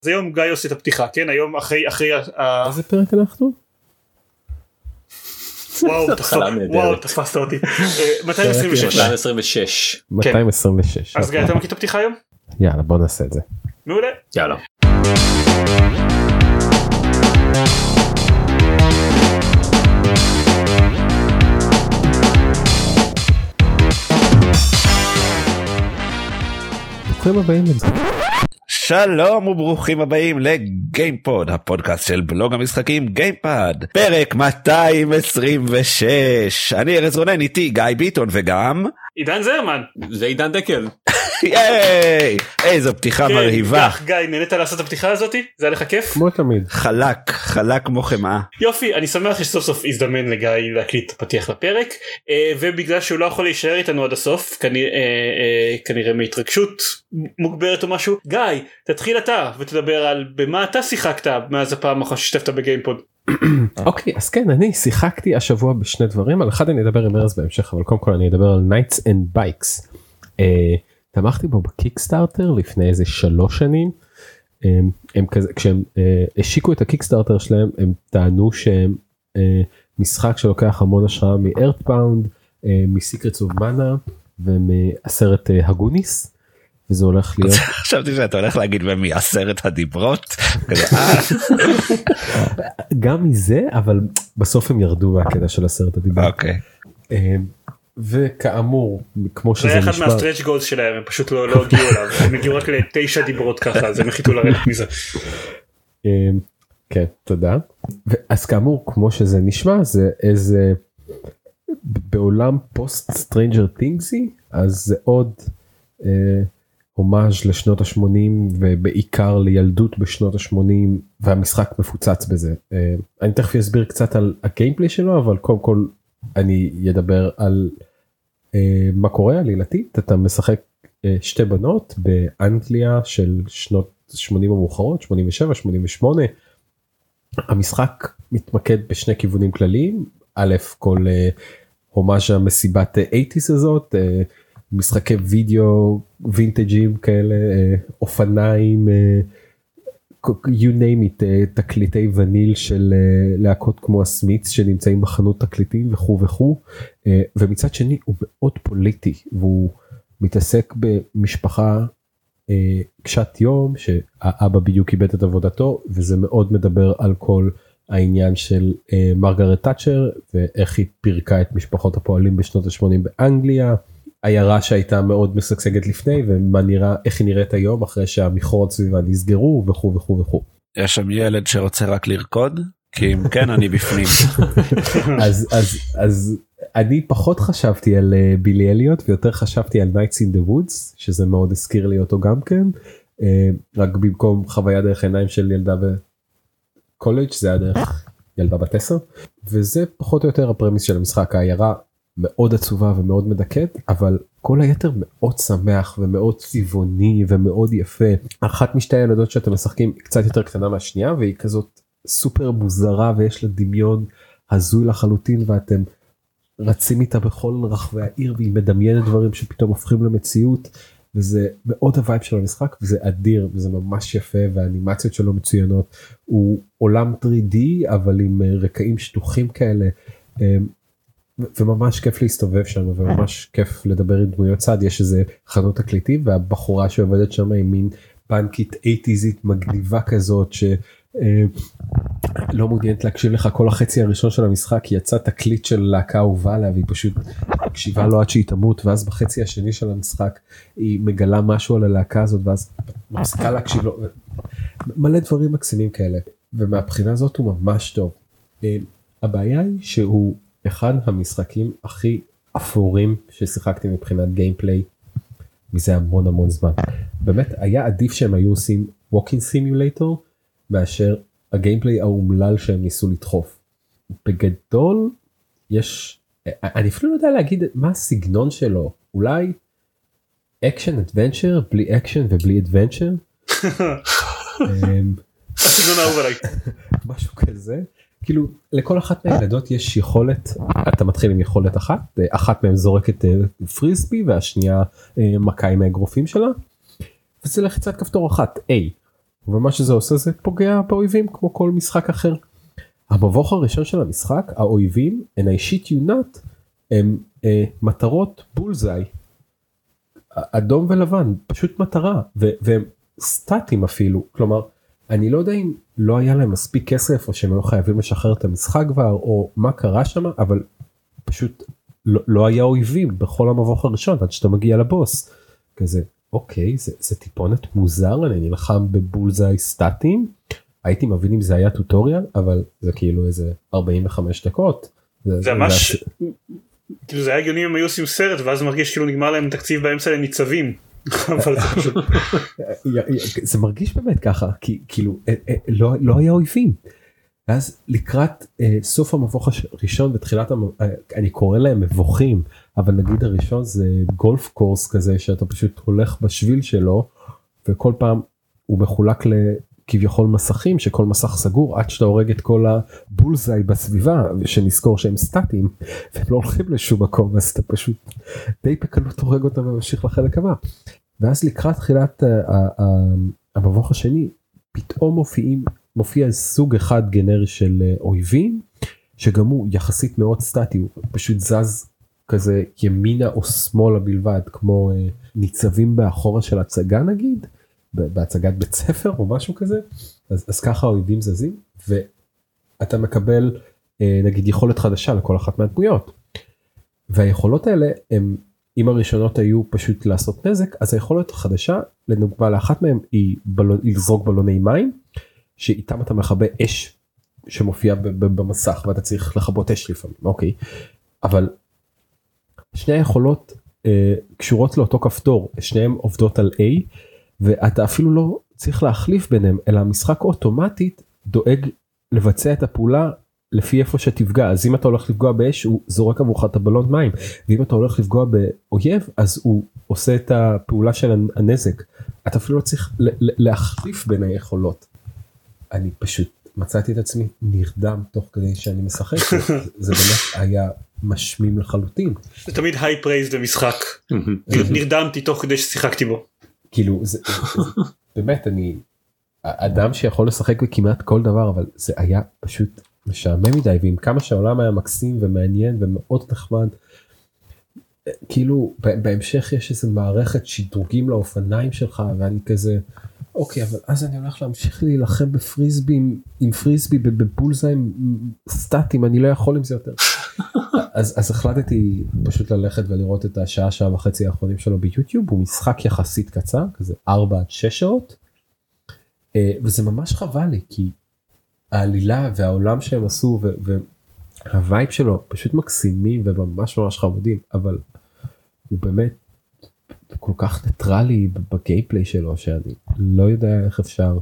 אז היום גיא עושה את הפתיחה, כן? היום אחרי איזה פרק אנחנו? וואו, תפסת אותי. 226. 226. אז גיא, אתה מכיר את הפתיחה היום? יאללה, בוא נעשה את זה. מעולה. יאללה. ברוכים הבאים לזה. שלום וברוכים הבאים לגיימפוד, הפודקאסט של בלוג המשחקים גיימפד, פרק 226. אני ארז רונן, איתי גיא ביטון וגם עידן זרמן. זה עידן דקל. ייי, איזו פתיחה מרהיבה. גיא, נהנית לעשות את הפתיחה הזאת? זה היה לך כיף? כמו תמיד. חלק כמו חמאה. יופי, אני שמח שסוף סוף הזדמן לגיא להקליט את הפתיח לפרק, ובגלל שהוא לא יכול להישאר איתנו עד הסוף, כנראה מהתרגשות מוגברת או משהו, גיא, תתחיל אתה ותדבר על במה אתה שיחקת מאז הפעם אחת ששתפת בגיימפוד. אוקיי, אז כן, אני שיחקתי השבוע בשני דברים, על אחד אני אדבר עם ארז בהמשך, אבל קודם כל אני אדבר על Knights and Bikes. תמכתי בו בקיקסטארטר לפני איזה 3 שנים. הם כזה, כשהם השיקו את הקיקסטארטר שלהם, הם טענו שהם משחק שלוקח המון השראה מ-Earthbound, מ-Secrets of Mana ומהסרט הגוניס, וזה הולך להיות... חשבתי שאתה הולך להגיד מ10 הדיברות. גם מזה, אבל בסוף הם ירדו מהקטע של 10 הדיברות. אוקיי. וכאמור, כמו שזה נשמע... זה אחד נשמע... מהסטרץ' גולס שלהם, הם פשוט לא הגיעו אליו, הם הגיעו רק ל9 דיברות ככה, אז הם החליטו לרדת מזה. כן, תודה. אז כאמור, כמו שזה נשמע, זה איזה... בעולם פוסט סטרנג'ר טינגסי, אז זה עוד הומאז' לשנות ה-80, ובעיקר לילדות בשנות ה-80, והמשחק מפוצץ בזה. אני תכף אסביר קצת על הגיימפלי שלו, אבל קודם כל אני אדבר על מה קורה עלילתית. אתה משחק 2 בנות באנגליה של שנות 80 המאוחרות, 87, 88. המשחק מתמקד בשני כיוונים כלליים. א', כל הומאז' המסיבת 80s הזאת, משחקי וידאו וינטג'ים כאלה, אופניים, you name it, תקליטי וניל של להקות כמו הסמיץ שנמצאים בחנות תקליטים וכו' וכו'. ומצד שני הוא מאוד פוליטי, והוא מתעסק במשפחה קשת יום שהאבא בדיוק איבד את עבודתו, וזה מאוד מדבר על כל העניין של מרגרט תאצ'ר ואיך היא פירקה את משפחות הפועלים בשנות ה-80 באנגליה, עיירה שהייתה מאוד משגשגת לפני, ומה נראה, איך היא נראית היום אחרי שהמכרות סביבה נסגרו וכו' וכו' וכו'. יש שם ילד שרוצה רק לרקוד? כי אם כן אני בפנים. אז אני פחות חשבתי על בילי אליוט, ויותר חשבתי על Nights in the Woods, שזה מאוד הזכיר לי אותו גם כן, רק במקום חוויה דרך עיניים של ילדה בקולג' זה היה דרך ילדה בת 10, וזה פחות או יותר הפרמיס של המשחק. העיירה מאוד עצובה ומאוד מדכאת, אבל כל היתר מאוד שמח ומאוד צבעוני ומאוד יפה. אחת משתי הילדות שאתם משחקים קצת יותר קטנה מהשנייה, והיא כזאת סופר מוזרה ויש לה דמיון הזוי לחלוטין, ואתם רצים איתה בכל רחבי העיר והיא מדמיינת דברים שפתאום הופכים למציאות, וזה מאוד הווייב של המשחק, וזה אדיר וזה ממש יפה, והאנימציות שלו מצוינות. הוא עולם 3D אבל עם רקעים שטוחים כאלה, וממש כיף להסתובב שם, וממש כיף לדבר עם דמויות צד. יש איזה חנות תקליטים, והבחורה שעובדת שם היא מין פאנקית 80'sית מגניבה כזאת, שלא מעוניינת להקשיב לך כל החצי הראשון של המשחק, כי יצא תקליט של להקה אהובה עליה, והיא פשוט הקשיבה לו עד שהיא תמות, ואז בחצי השני של המשחק היא מגלה משהו על הלהקה הזאת, ואז מפסיקה להקשיב לו. מלא דברים מקסימים כאלה, ומהבחינה הזאת הוא ממש טוב. הבעיה היא שהוא אחד המשחקים הכי אפורים ששיחקתי מבחינת גיימפליי מזה המון זמן. באמת היה עדיף שהם היו עושים Walking Simulator מאשר הגיימפליי האומלל שהם ניסו לדחוף. בגדול יש, אני אפילו לא יודע להגיד מה הסגנון שלו, אולי אקשן אדוונצ'ר בלי אקשן ובלי אדוונצ'ר. הסגנון האהוב עליי. משהו כזה. כאילו לכל אחת מהילדות יש יכולת, אתה מתחיל עם יכולת אחת מהם זורקת פריסבי והשנייה מכה עם האגרופים שלה, וזה לחיצת כפתור אחת A. ומה שזה עושה זה פוגע באויבים כמו כל משחק אחר. המבוך הראשון של המשחק, האויבים, and I shit you not, הם מטרות בולזאי, אדום ולבן, פשוט מטרה, והם סטטים אפילו, כלומר, אני לא יודע אם לא היה להם מספיק כסף, או שהם היו חייבים לשחרר את המשחק כבר, או מה קרה שם, אבל פשוט לא היה אויבים בכל המבוך הראשון, עד שאתה מגיע לבוס, כזה, אוקיי, זה טיפונת מוזר, אני נלחם בבולזאי סטטים, הייתי מבין אם זה היה טוטוריאל, אבל זה כאילו איזה 45 דקות. זה ממש, כאילו זה היה הגיוני אם היו עושים סרט, ואז זה מרגיש כאילו נגמר להם תקציב באמצע לניצבים. אבל זה פשוט... זה מרגיש באמת ככה, כי כאילו לא היה אויבים. ואז לקראת סוף המבוך הראשון ותחילת, אני קורא להם מבוכים, אבל נגיד הראשון זה גולף קורס כזה, שאתה פשוט הולך בשביל שלו, וכל פעם הוא מחולק כביכול מסכים, שכל מסך סגור עד שאתה הורג את כל הבולזאי בסביבה, ושנזכור שהם סטטים והם לא הולכים לשום מקום, אז אתה פשוט די בקלות הורג אותם וממשיך לחלק הבא. ואז לקראת תחילת המבוך השני פתאום מופיע סוג אחד גנרי של אויבים, שגם הוא יחסית מאוד סטטי, הוא פשוט זז כזה ימינה או שמאלה בלבד, כמו ניצבים באחורה של הצגה נגיד, בהצגת בית ספר או משהו כזה, אז ככה האויבים זזים, ואתה מקבל נגיד יכולת חדשה לכל אחת מהדמויות, והיכולות האלה הם, אם הראשונות היו פשוט לעשות נזק, אז היכולת החדשה, לדוגמה לאחת מהם היא לזרוק בלוני מים, שאיתם אתה מכבה אש שמופיע במסך, ואתה צריך לכבות אש לפעמים, אוקיי, אבל שני היכולות קשורות לאותו כפתור, שניהם עובדות על A, ואתה אפילו לא צריך להחליף ביניהם, אלא המשחק אוטומטית דואג לבצע את הפעולה לפי איפה שתפגע. אז אם אתה הולך לפגוע באש, הוא זורק עבורך את הבלון מים, ואם אתה הולך לפגוע באויב, אז הוא עושה את הפעולה של הנזק. אתה אפילו לא צריך להחליף בין היכולות. אני פשוט מצאתי את עצמי נרדם תוך כדי שאני משחק, זה באמת היה משמים לחלוטין. זה תמיד היי פרייז למשחק, נרדמתי תוך כדי ששיחקתי בו. כאילו זה באמת, אני אדם שיכול לשחק בכמעט כל דבר, אבל זה היה פשוט משעמם מדי, ועם כמה שהעולם היה מקסים ומעניין ומאוד נחמד, כאילו בהמשך יש איזה מערכת שדרוגים לאופניים שלך, ואני כזה אוקיי, אבל אז אני הולך להמשיך להילחם בפריסבי, עם פריסבי בבולזיים סטטים, אני לא יכול עם זה יותר. אז החלטתי פשוט ללכת ולראות את שעה וחצי האחרונים שלו ביוטיוב, הוא משחק יחסית קצר, כזה 4-6 שעות, וזה ממש חבל לי, כי העלילה והעולם שהם עשו, והווייב שלו פשוט מקסימים וממש ממש חמודים, אבל הוא באמת כל כך ניטרלי בגיימפליי שלו, שאני לא יודע איך אפשר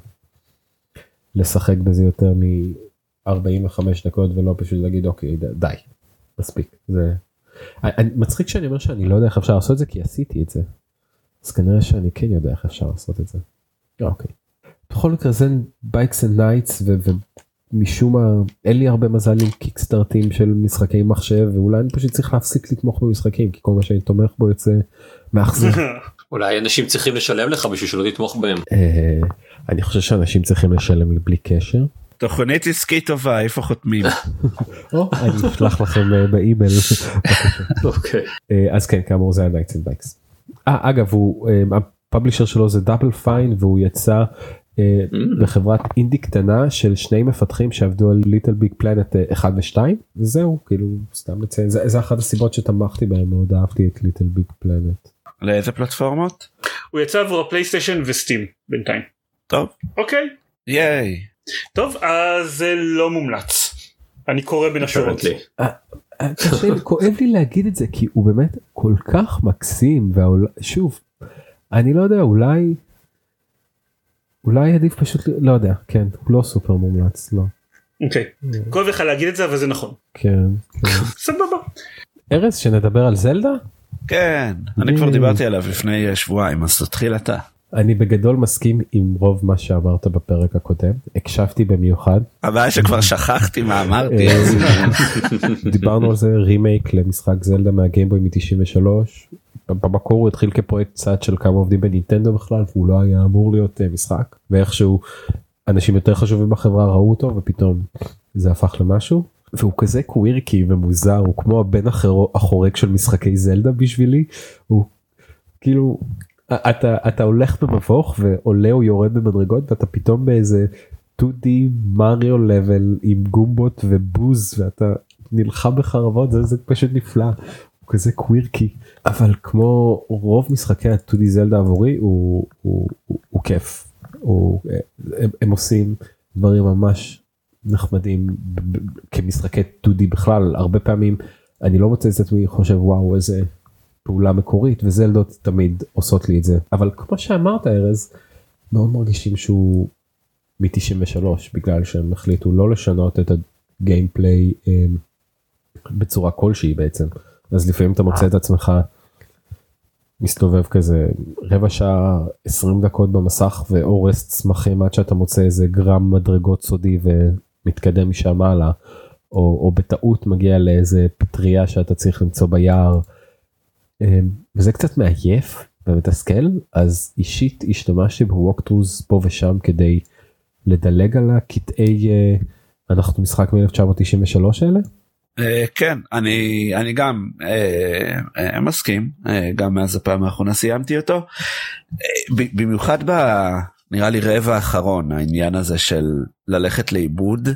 לשחק בזה יותר מ-45 דקות, ולא פשוט להגיד אוקיי, די, מספיק. זה מצחיק שאני אומר שאני לא יודע איך אפשר לעשות את זה, כי עשיתי את זה. אז כנראה שאני כן יודע איך אפשר לעשות את זה. אוקיי. בכל מקרה זה בייקס אנד נייטס, ומשום מה אין לי הרבה מזל עם קיקסטארטים של משחקי מחשב, ואולי אני פשוט צריך להפסיק לתמוך במשחקים, כי כל מה שאני תומך בו יוצא מאכזב. אולי אנשים צריכים לשלם לך בשביל שלא תתמוך בהם. אני חושב שאנשים צריכים לשלם לי בלי קשר. תוכנית עסקית טובה, איפה חותמים? אני אשלח לכם באימייל. אוקיי. אז כן, כאמור זה ה-Nights and Bikes. אגב, הפאבלישר שלו זה דאבל פיין, והוא יצא בחברת אינדי קטנה של שני מפתחים שעבדו על ליטל ביג פלנט 1 ו2, וזהו, כאילו, סתם לציין, זה אחת הסיבות שתמכתי בהם, מאוד אהבתי את ליטל ביג פלנט. לאיזה פלטפורמות? הוא יצא עבור הפלייסטיישן וסטים בינתיים. טוב. אוקיי. ייי. טוב, אז זה לא מומלץ. אני קורא בין השורות. כואב לי להגיד את זה, כי הוא באמת כל כך מקסים, שוב, אני לא יודע, אולי עדיף פשוט, לא יודע, כן, הוא לא סופר מומלץ, לא. אוקיי, כואב לך להגיד את זה, אבל זה נכון. כן. סבבה. ארז, שנדבר על זלדה? כן, אני כבר דיברתי עליו לפני שבועיים, אז תתחיל אתה. אני בגדול מסכים עם רוב מה שאמרת בפרק הקודם, הקשבתי במיוחד. הבעיה שכבר שכחתי מה אמרתי. דיברנו על זה, רימייק למשחק זלדה מהגיימבוי מ-93, במקור הוא התחיל כפרויקט צד של כמה עובדים בנינטנדו בכלל, והוא לא היה אמור להיות משחק, ואיכשהו אנשים יותר חשובים בחברה ראו אותו, ופתאום זה הפך למשהו, והוא כזה קווירקי ומוזר, הוא כמו הבן החורק של משחקי זלדה בשבילי, הוא כאילו, אתה הולך במבוך ועולה או יורד במדרגות, ואתה פתאום באיזה 2D מריו לבל עם גומבות ובוז, ואתה נלחם בחרבות, זה פשוט נפלא, הוא כזה קווירקי, אבל כמו רוב משחקי ה-2D זלדה עבורי, הוא כיף, הם עושים דברים ממש נחמדים כמשחקי 2D בכלל, הרבה פעמים אני לא מוצא את עצמי חושב וואו איזה פעולה מקורית, וזלדות תמיד עושות לי את זה, אבל כמו שאמרת ארז, מאוד מרגישים שהוא מ-93, בגלל שהם החליטו לא לשנות את הגיימפליי בצורה כלשהי בעצם, אז לפעמים אתה מוצא את עצמך מסתובב כזה רבע שעה 20 דקות במסך ואורס צמחים עד שאתה מוצא איזה גרם מדרגות סודי ומתקדם משם הלאה, או בטעות מגיע לאיזה פטריה שאתה צריך למצוא ביער, וזה קצת מעייף ומתסכל, אז אישית השתמשתי בווקטרוז פה ושם כדי לדלג על הקטעי אנחנו משחק מ-1993 האלה. כן, אני גם מסכים, גם מאז הפעם האחרונה סיימתי אותו, במיוחד נראה לי רבע האחרון, העניין הזה של ללכת לאיבוד,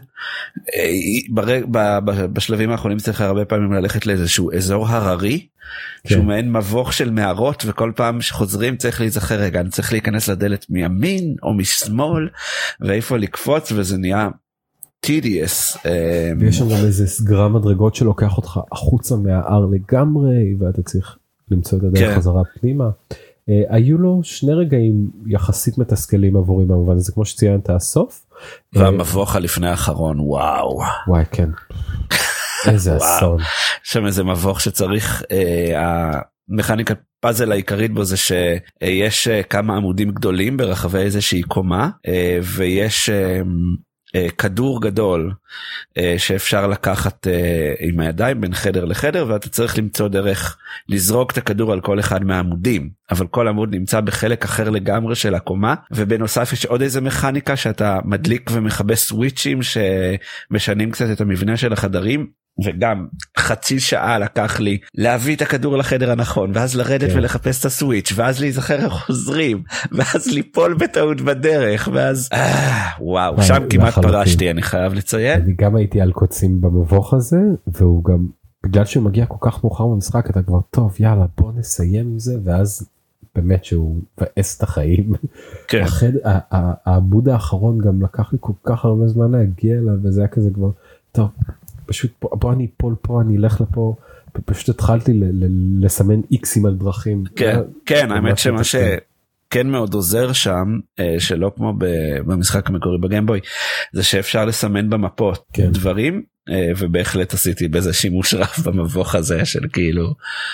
בשלבים האחרונים צריך הרבה פעמים ללכת לאיזשהו אזור הררי, שהוא מעין מבוך של מערות, וכל פעם שחוזרים צריך להיזכר, רגע, אני צריך להיכנס לדלת מימין או משמאל, ואיפה לקפוץ, וזה נהיה tedious. ויש שם גם איזה סגרה מדרגות שלוקח אותך החוצה מההר לגמרי, ואתה צריך למצוא את הדרך חזרה פנימה. היו לו שני רגעים יחסית מתסכלים עבורי במובן הזה, כמו שציינת הסוף. והמבוך הלפני האחרון, וואו. וואי, כן. איזה אסון. שם איזה מבוך שצריך, המכניקת פאזל העיקרית בו זה שיש כמה עמודים גדולים ברחבי איזושהי קומה, ויש כדור גדול שאפשר לקחת עם הידיים בין חדר לחדר, ואתה צריך למצוא דרך לזרוק את הכדור על כל אחד מהעמודים, אבל כל עמוד נמצא בחלק אחר לגמרי של הקומה, ובנוסף יש עוד איזה מכניקה שאתה מדליק ומכבה סוויצ'ים שמשנים קצת את המבנה של החדרים, וגם חצי שעה לקח לי להביא את הכדור לחדר הנכון, ואז לרדת ולחפש את הסוויץ', ואז להיזכר איך חוזרים, ואז ליפול בטעות בדרך, ואז וואו, שם כמעט פרשתי, אני חייב לציין. אני גם הייתי על קוצים במבוך הזה, והוא גם, בגלל שהוא מגיע כל כך מאוחר במשחק, אתה כבר טוב, יאללה, בוא נסיים עם זה, ואז באמת שהוא מבאס את החיים. כן. העמוד האחרון גם לקח לי כל כך הרבה זמן להגיע אליו, וזה היה כזה כבר, טוב, פשוט בוא אני אפול פה, אני אלך לפה, פשוט התחלתי לסמן איקסים על דרכים. כן, האמת שמה שכן מאוד עוזר שם, שלא כמו במשחק המקורי בגיימבוי, זה שאפשר לסמן במפות דברים, ובהחלט עשיתי בזה שימוש רב במבוך הזה, של כאילו,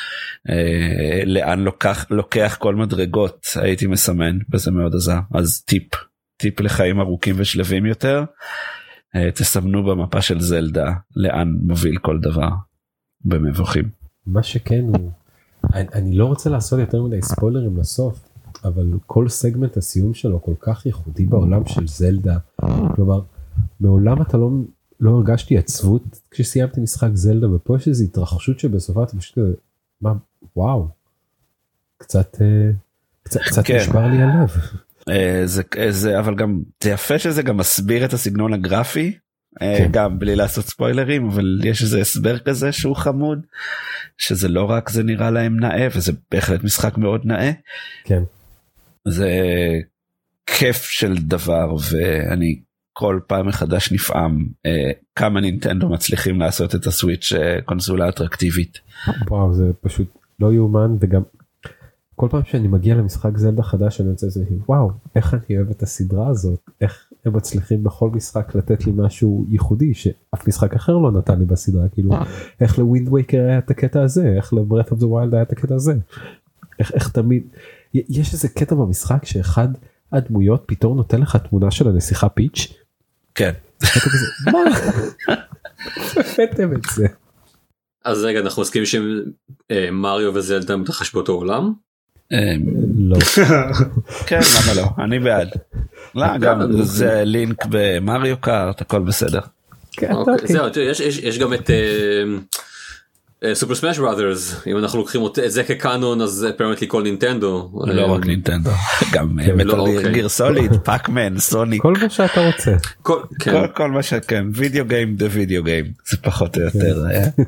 לאן לוקח כל מדרגות, הייתי מסמן, וזה מאוד עזר. אז טיפ לחיים ארוכים ושלבים יותר, תסמנו במפה של זלדה לאן מוביל כל דבר במבוכים. מה שכן הוא, אני לא רוצה לעשות יותר מדי ספוילרים לסוף, אבל כל סגמנט הסיום שלו כל כך ייחודי בעולם של זלדה, כלומר מעולם אתה לא הרגשתי עצבות כשסיימתי משחק זלדה, ופה יש איזו התרחשות שבסופה אתה פשוט כזה, מה, וואו, קצת נשבר לי הלב. זה אבל גם זה יפה שזה גם מסביר את הסגנון הגרפי, גם בלי לעשות ספוילרים, אבל יש איזה הסבר כזה שהוא חמוד, שזה לא רק זה נראה להם נאה, וזה בהחלט משחק מאוד נאה. כן. זה כיף של דבר, ואני כל פעם מחדש נפעם כמה נינטנדו מצליחים לעשות את הסוויץ' קונסולה אטרקטיבית. וואו, זה פשוט לא יאומן, וגם כל פעם שאני מגיע למשחק זלדה חדש, אני רוצה להגיד, וואו, איך אני אוהב את הסדרה הזאת, איך הם מצליחים בכל משחק לתת לי משהו ייחודי, שאף משחק אחר לא נתן לי בסדרה, כאילו, איך לווינד וייקר היה את הקטע הזה, איך לברית אוף דה ווילד היה את הקטע הזה, איך תמיד, יש איזה קטע במשחק שאחד הדמויות פתאום נותן לך תמונה של הנסיכה פיץ'. כן. מה? הבאתם את זה. אז רגע, אנחנו מסכימים שמריו וזלדה מתרחש באותו עולם? לא. כן, למה לא? אני בעד. לא, גם זה לינק במריו קארט, הכל בסדר. זהו, יש גם את סופר סמאש בראדרס, אם אנחנו לוקחים את זה כקאנון, אז apparently כל נינטנדו. לא רק נינטנדו, גם מטל גיר סוליד, פאקמן, סוניק. כל מה שאתה רוצה. כל מה שכן, וידאו גיים דה וידאו גיים, זה פחות או יותר.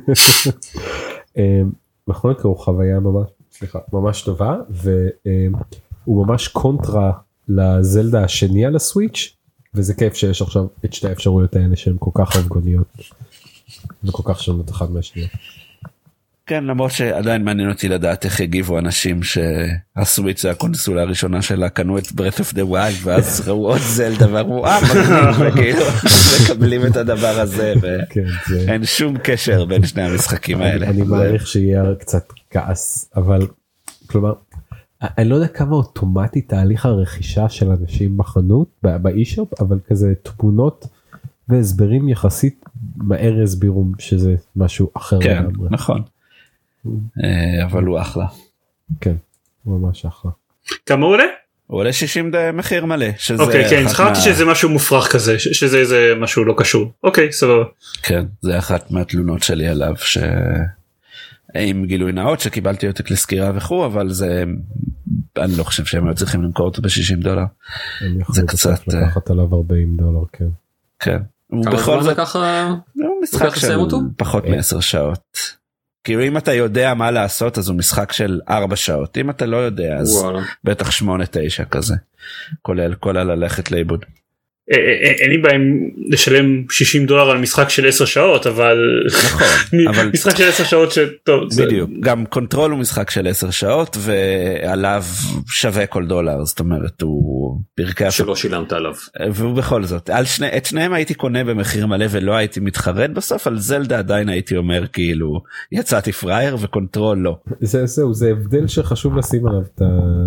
בכל מקרה הוא חוויה ממש טובה, והוא ממש קונטרה לזלדה השני על הסוויץ', וזה כיף שיש עכשיו את שתי האפשרויות האלה שהן כל כך רבגוניות וכל כך שונות אחת מהשנייה. כן, למרות שעדיין מעניין אותי לדעת איך הגיבו אנשים שהסוויץ' זה הקונסולה הראשונה שלה, קנו את Breath of the Wild ואז ראו עוד זלדה ואמרו מגניב, וכאילו מקבלים את הדבר הזה ואין שום קשר בין שני המשחקים האלה. אני מעריך שיהיה קצת כעס, אבל כלומר אני לא יודע כמה אוטומטי תהליך הרכישה של אנשים בחנות, באי-שופ, אבל כזה תמונות והסברים יחסית מהר הסבירו שזה משהו אחר. כן, נכון. אבל הוא אחלה. כן, הוא ממש אחלה. כמה הוא עולה? הוא עולה 60 מחיר מלא. אוקיי, כן, זכרתי שזה משהו מופרך כזה, שזה איזה משהו לא קשור. אוקיי, סבבה. כן, זה אחת מהתלונות שלי עליו, עם גילוי נאות שקיבלתי עותק לסקירה וכו', אבל זה, אני לא חושב שהם היו צריכים למכור אותו $60. זה קצת לקחת עליו $40, כן. כן. בכל זאת ככה משחק של פחות מ10 שעות. כאילו אם אתה יודע מה לעשות אז הוא משחק של 4 שעות, אם אתה לא יודע אז בטח 8-9 כזה, כולל כל הללכת לאיבוד. אין לי בעיה לשלם $60 על משחק של 10 שעות, אבל משחק של 10 שעות שטוב. בדיוק, גם קונטרול הוא משחק של 10 שעות ועליו שווה כל $, זאת אומרת הוא פרקי שלא שילמת עליו. והוא בכל זאת, את שניהם הייתי קונה במחיר מלא ולא הייתי מתחרט בסוף, על זלדה עדיין הייתי אומר כאילו יצאתי פרייר וקונטרול לא. זה הבדל שחשוב לשים עליו את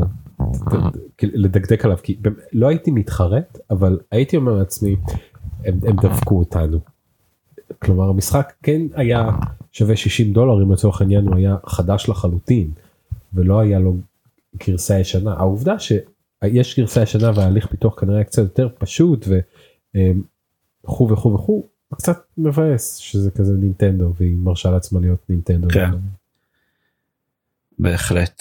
לדקדק עליו, כי לא הייתי מתחרט, אבל הייתי אומר לעצמי, הם דפקו אותנו. כלומר, המשחק כן היה שווה $60, אם לצורך העניין הוא היה חדש לחלוטין, ולא היה לו גרסה ישנה. העובדה שיש גרסה ישנה וההליך פיתוח כנראה קצת יותר פשוט, וכו' וכו' וכו', קצת מבאס שזה כזה נינטנדו, והיא מרשה לעצמה להיות נינטנדו. כן. בהחלט.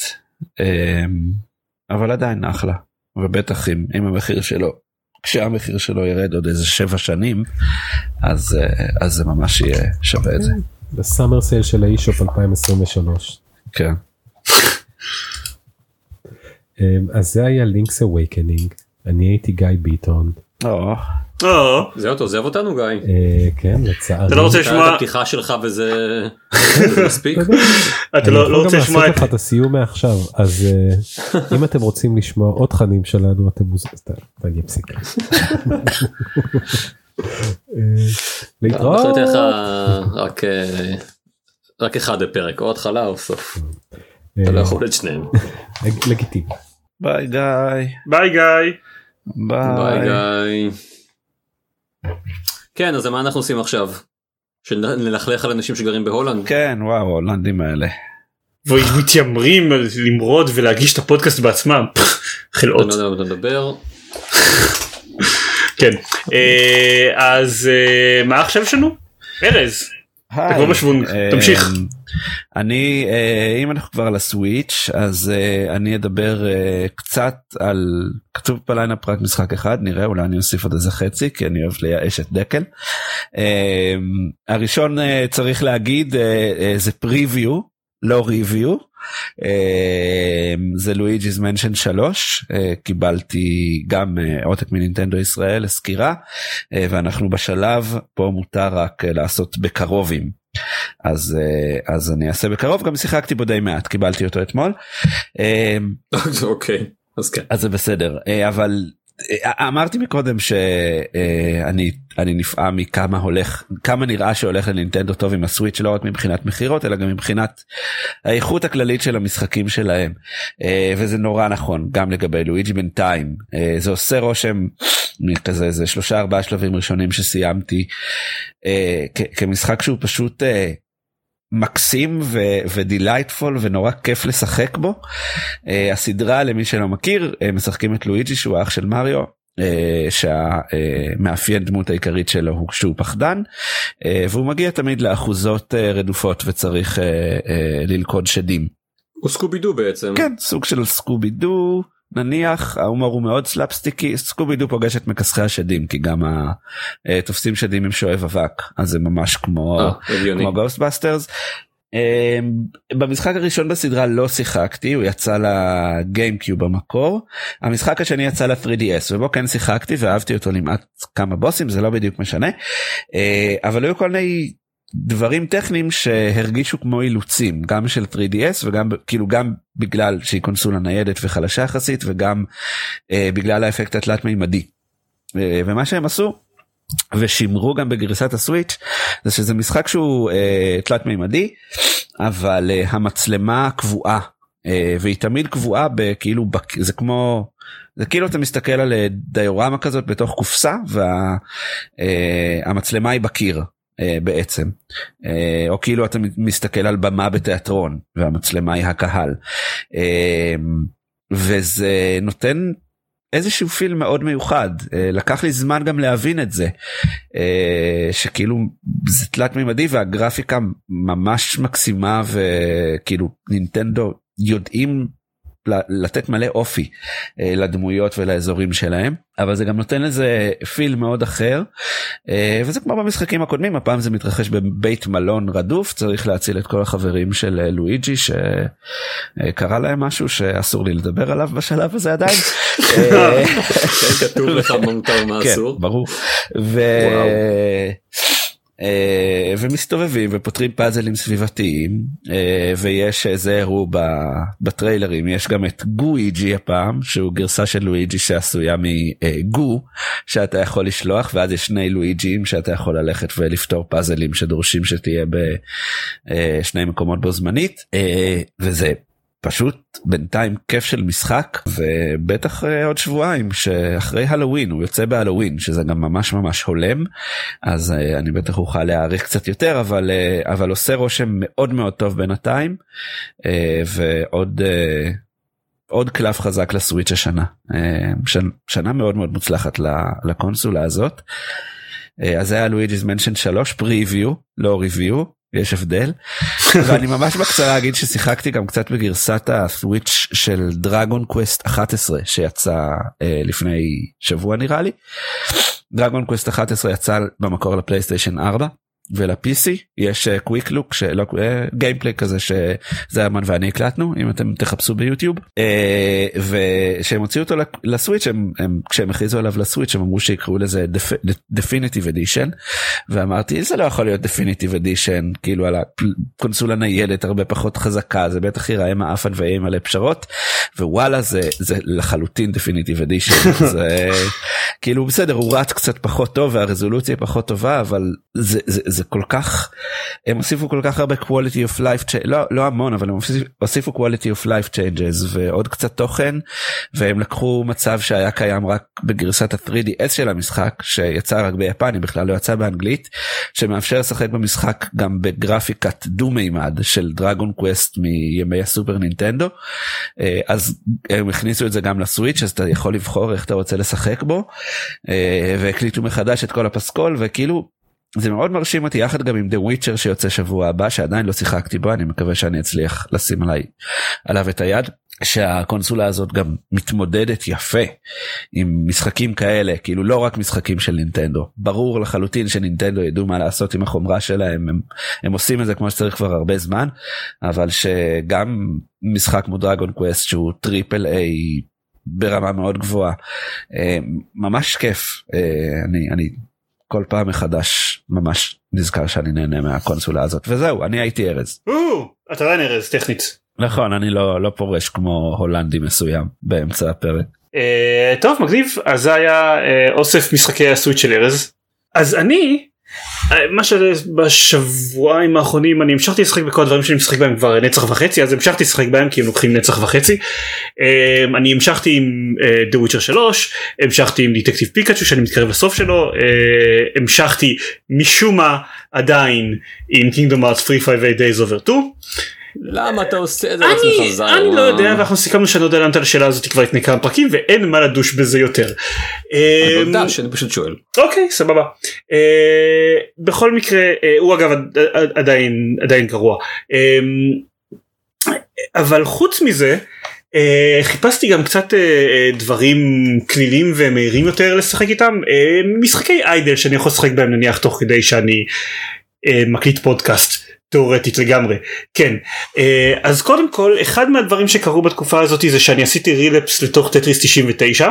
אבל עדיין אחלה, ובטח אם המחיר שלו, כשהמחיר שלו ירד עוד איזה 7 שנים, אז זה ממש יהיה שווה את זה. בסאמר סייל של האי-שופ 2023. כן. אז זה היה לינקס אווייקנינג, אני הייתי גיא ביטון. זה אותו, עוזב אותנו גיא. כן, לצערי. אתה לא רוצה לשמוע את הפתיחה שלך וזה מספיק? אתה לא רוצה לשמוע את את הסיום מעכשיו, אז אם אתם רוצים לשמוע עוד תכנים שלנו, אתם מוזמנים, אני אפסיק. להתראות. רק אחד בפרק, או התחלה או סוף. אתה לא יכול את שניהם. לגיטימי. ביי גיא. ביי גיא. ביי גיא. כן, אז מה אנחנו עושים עכשיו? שנלכלך על אנשים שגרים בהולנד? כן, וואו, הולנדים האלה. ומתיימרים למרוד ולהגיש את הפודקאסט בעצמם. חלאות. אני לא יודע מה אתה מדבר. כן. אז מה עכשיו שלנו? ארז. אתה כבר בשוונג, תמשיך. אני, אם אנחנו כבר על הסוויץ', אז אני אדבר קצת על, כתוב בליינאפ רק משחק אחד, נראה, אולי אני אוסיף עוד איזה חצי, כי אני אוהב לייאש את דקל. הראשון צריך להגיד, זה פריוויו, לא ריוויו, זה לואיג'יז מנשן 3, קיבלתי גם עותק מנינטנדו ישראל לסקירה, ואנחנו בשלב פה מותר רק לעשות בקרובים, אז אני אעשה בקרוב, גם שיחקתי בו די מעט, קיבלתי אותו אתמול. אוקיי, אז כן. אז זה בסדר, אבל אמרתי מקודם שאני נפעם מכמה הולך, כמה נראה שהולך לנינטנדו טוב עם הסוויץ', לא רק מבחינת מחירות אלא גם מבחינת האיכות הכללית של המשחקים שלהם, וזה נורא נכון גם לגבי לואיג'י בינתיים. זה עושה רושם כזה, זה 3-4 שלבים ראשונים שסיימתי כמשחק שהוא פשוט מקסים ודילייטפול ונורא כיף לשחק בו. הסדרה למי שלא מכיר, משחקים את לואיג'י שהוא האח של מריו, שהמאפיין דמות העיקרית שלו הוא שהוא פחדן, והוא מגיע תמיד לאחוזות רדופות וצריך ללכוד שדים. הוא סקובידו בעצם. כן, סוג של סקובידו. נניח, ההומור הוא מאוד סלאפסטיקי, סקובידו פוגש את מכסחי השדים, כי גם תופסים שדים עם שואב אבק, אז זה ממש כמו גוסטבאסטרס. במשחק הראשון בסדרה לא שיחקתי, הוא יצא לגיימקיוב במקור, המשחק השני יצא ל-3DS, ובו כן שיחקתי ואהבתי אותו למעט כמה בוסים, זה לא בדיוק משנה, אבל היו כל מיני דברים טכניים שהרגישו כמו אילוצים, גם של 3DS וגם כאילו גם בגלל שהיא קונסולה ניידת וחלשה יחסית, וגם בגלל האפקט התלת מימדי. ומה שהם עשו ושימרו גם בגרסת הסוויץ' זה שזה משחק שהוא תלת מימדי, אבל המצלמה קבועה, והיא תמיד קבועה בכאילו, זה כמו, זה כאילו אתה מסתכל על דיורמה כזאת בתוך קופסה, והמצלמה היא בקיר בעצם, או כאילו אתה מסתכל על במה בתיאטרון והמצלמה היא הקהל, וזה נותן איזשהו פיל מאוד מיוחד. לקח לי זמן גם להבין את זה, שכאילו זה תלת מימדי והגרפיקה ממש מקסימה, וכאילו נינטנדו יודעים לתת מלא אופי לדמויות ולאזורים שלהם, אבל זה גם נותן לזה פיל מאוד אחר, וזה כמו במשחקים הקודמים, הפעם זה מתרחש בבית מלון רדוף, צריך להציל את כל החברים של לואיג'י, שקרה להם משהו שאסור לי לדבר עליו בשלב הזה עדיין. כתוב לך מה מותר מה אסור. כן, ברור. ומסתובבים ופותרים פאזלים סביבתיים, ויש איזה הראו בטריילרים, יש גם את גואיג'י הפעם, שהוא גרסה של לואיג'י שעשויה מגו, שאתה יכול לשלוח, ואז יש שני לואיג'ים שאתה יכול ללכת ולפתור פאזלים שדורשים שתהיה בשני מקומות בו זמנית, וזה פשוט בינתיים כיף של משחק, ובטח עוד שבועיים שאחרי הלווין, הוא יוצא בהלווין, שזה גם ממש ממש הולם, אז אני בטח אוכל להעריך קצת יותר, אבל עושה רושם מאוד מאוד טוב בינתיים, ועוד קלף חזק לסוויץ' השנה, שנה מאוד מאוד מוצלחת לקונסולה הזאת. אז היה לואיג'י's Mansion 3 פריוויו, לא ריוויו, יש הבדל. ואני ממש בקצרה אגיד ששיחקתי גם קצת בגרסת הסוויץ' של דרגון קווסט 11 שיצא לפני שבוע נראה לי. דרגון קווסט 11 יצא במקור לפלייסטיישן 4 ול-PC, יש קוויק לוק, גיימפליי כזה שזרמן ואני הקלטנו, אם אתם תחפשו ביוטיוב, ושהם הוציאו אותו לסוויץ', כשהם הכריזו עליו לסוויץ', הם אמרו שיקראו לזה Definitive Edition, ואמרתי, זה לא יכול להיות Definitive Edition, כאילו על הקונסולה ניידת הרבה פחות חזקה, זה בטח ייראה מאפן ויהיה מלא פשרות, ווואלה זה לחלוטין Definitive Edition, זה כאילו בסדר, הוא רץ קצת פחות טוב, והרזולוציה פחות טובה, אבל זה כל כך, הם הוסיפו כל כך הרבה quality of life, לא המון, אבל הם הוסיפו quality of life changes, ועוד קצת תוכן, והם לקחו מצב שהיה קיים רק בגרסת ה-3DS של המשחק, שיצא רק ביפן, בכלל לא יצא באנגלית, שמאפשר לשחק במשחק גם בגרפיקת דו-מימד, של דרגון קווסט מימי הסופר נינטנדו, אז הם הכניסו את זה גם לסוויץ', אז אתה יכול לבחור איך אתה רוצה לשחק בו, והקליטו מחדש את כל הפסקול, וכאילו, זה מאוד מרשים אותי, יחד גם עם The Witcher שיוצא שבוע הבא, שעדיין לא שיחקתי בו, אני מקווה שאני אצליח לשים עליו את היד, שהקונסולה הזאת גם מתמודדת יפה עם משחקים כאלה, כאילו לא רק משחקים של נינטנדו, ברור לחלוטין שנינטנדו ידעו מה לעשות עם החומרה שלהם, הם עושים את זה כמו שצריך כבר הרבה זמן, אבל שגם משחק כמו דרגון קווסט שהוא טריפל איי ברמה מאוד גבוהה, ממש כיף, אני כל פעם מחדש ממש נזכר שאני נהנה מהקונסולה הזאת, וזהו, אני הייתי ארז. אתה עדיין ארז טכנית. נכון, אני לא פורש כמו הולנדי מסוים באמצע הפרק. טוב, מגניב, אז זה היה אוסף משחקי הסוויץ' של ארז. אז אני, מה שבשבועיים האחרונים אני המשכתי לשחק בכל הדברים שאני משחק בהם כבר נצח וחצי, אז המשכתי לשחק בהם כי הם לוקחים נצח וחצי. אני המשכתי עם The Witcher 3, המשכתי עם דטקטיב פיקאצ'ו שאני מתקרב לסוף שלו, המשכתי משום מה עדיין עם Kingdom Hearts 358 Days Over 2. למה אתה עושה את זה לעצמך זר? אני לא יודע, ואנחנו סיכמנו שאני לא יודע לענות על השאלה הזאת כבר לפני כמה פרקים ואין מה לדוש בזה יותר. אני יודע שאני פשוט שואל. אוקיי, סבבה. בכל מקרה, הוא אגב עדיין גרוע. אבל חוץ מזה, חיפשתי גם קצת דברים כלילים ומהירים יותר לשחק איתם, משחקי איידל שאני יכול לשחק בהם נניח תוך כדי שאני מקליט פודקאסט תיאורטית לגמרי. כן, אז קודם כל אחד מהדברים שקרו בתקופה הזאת זה שאני עשיתי רילפס לתוך טטריס 99.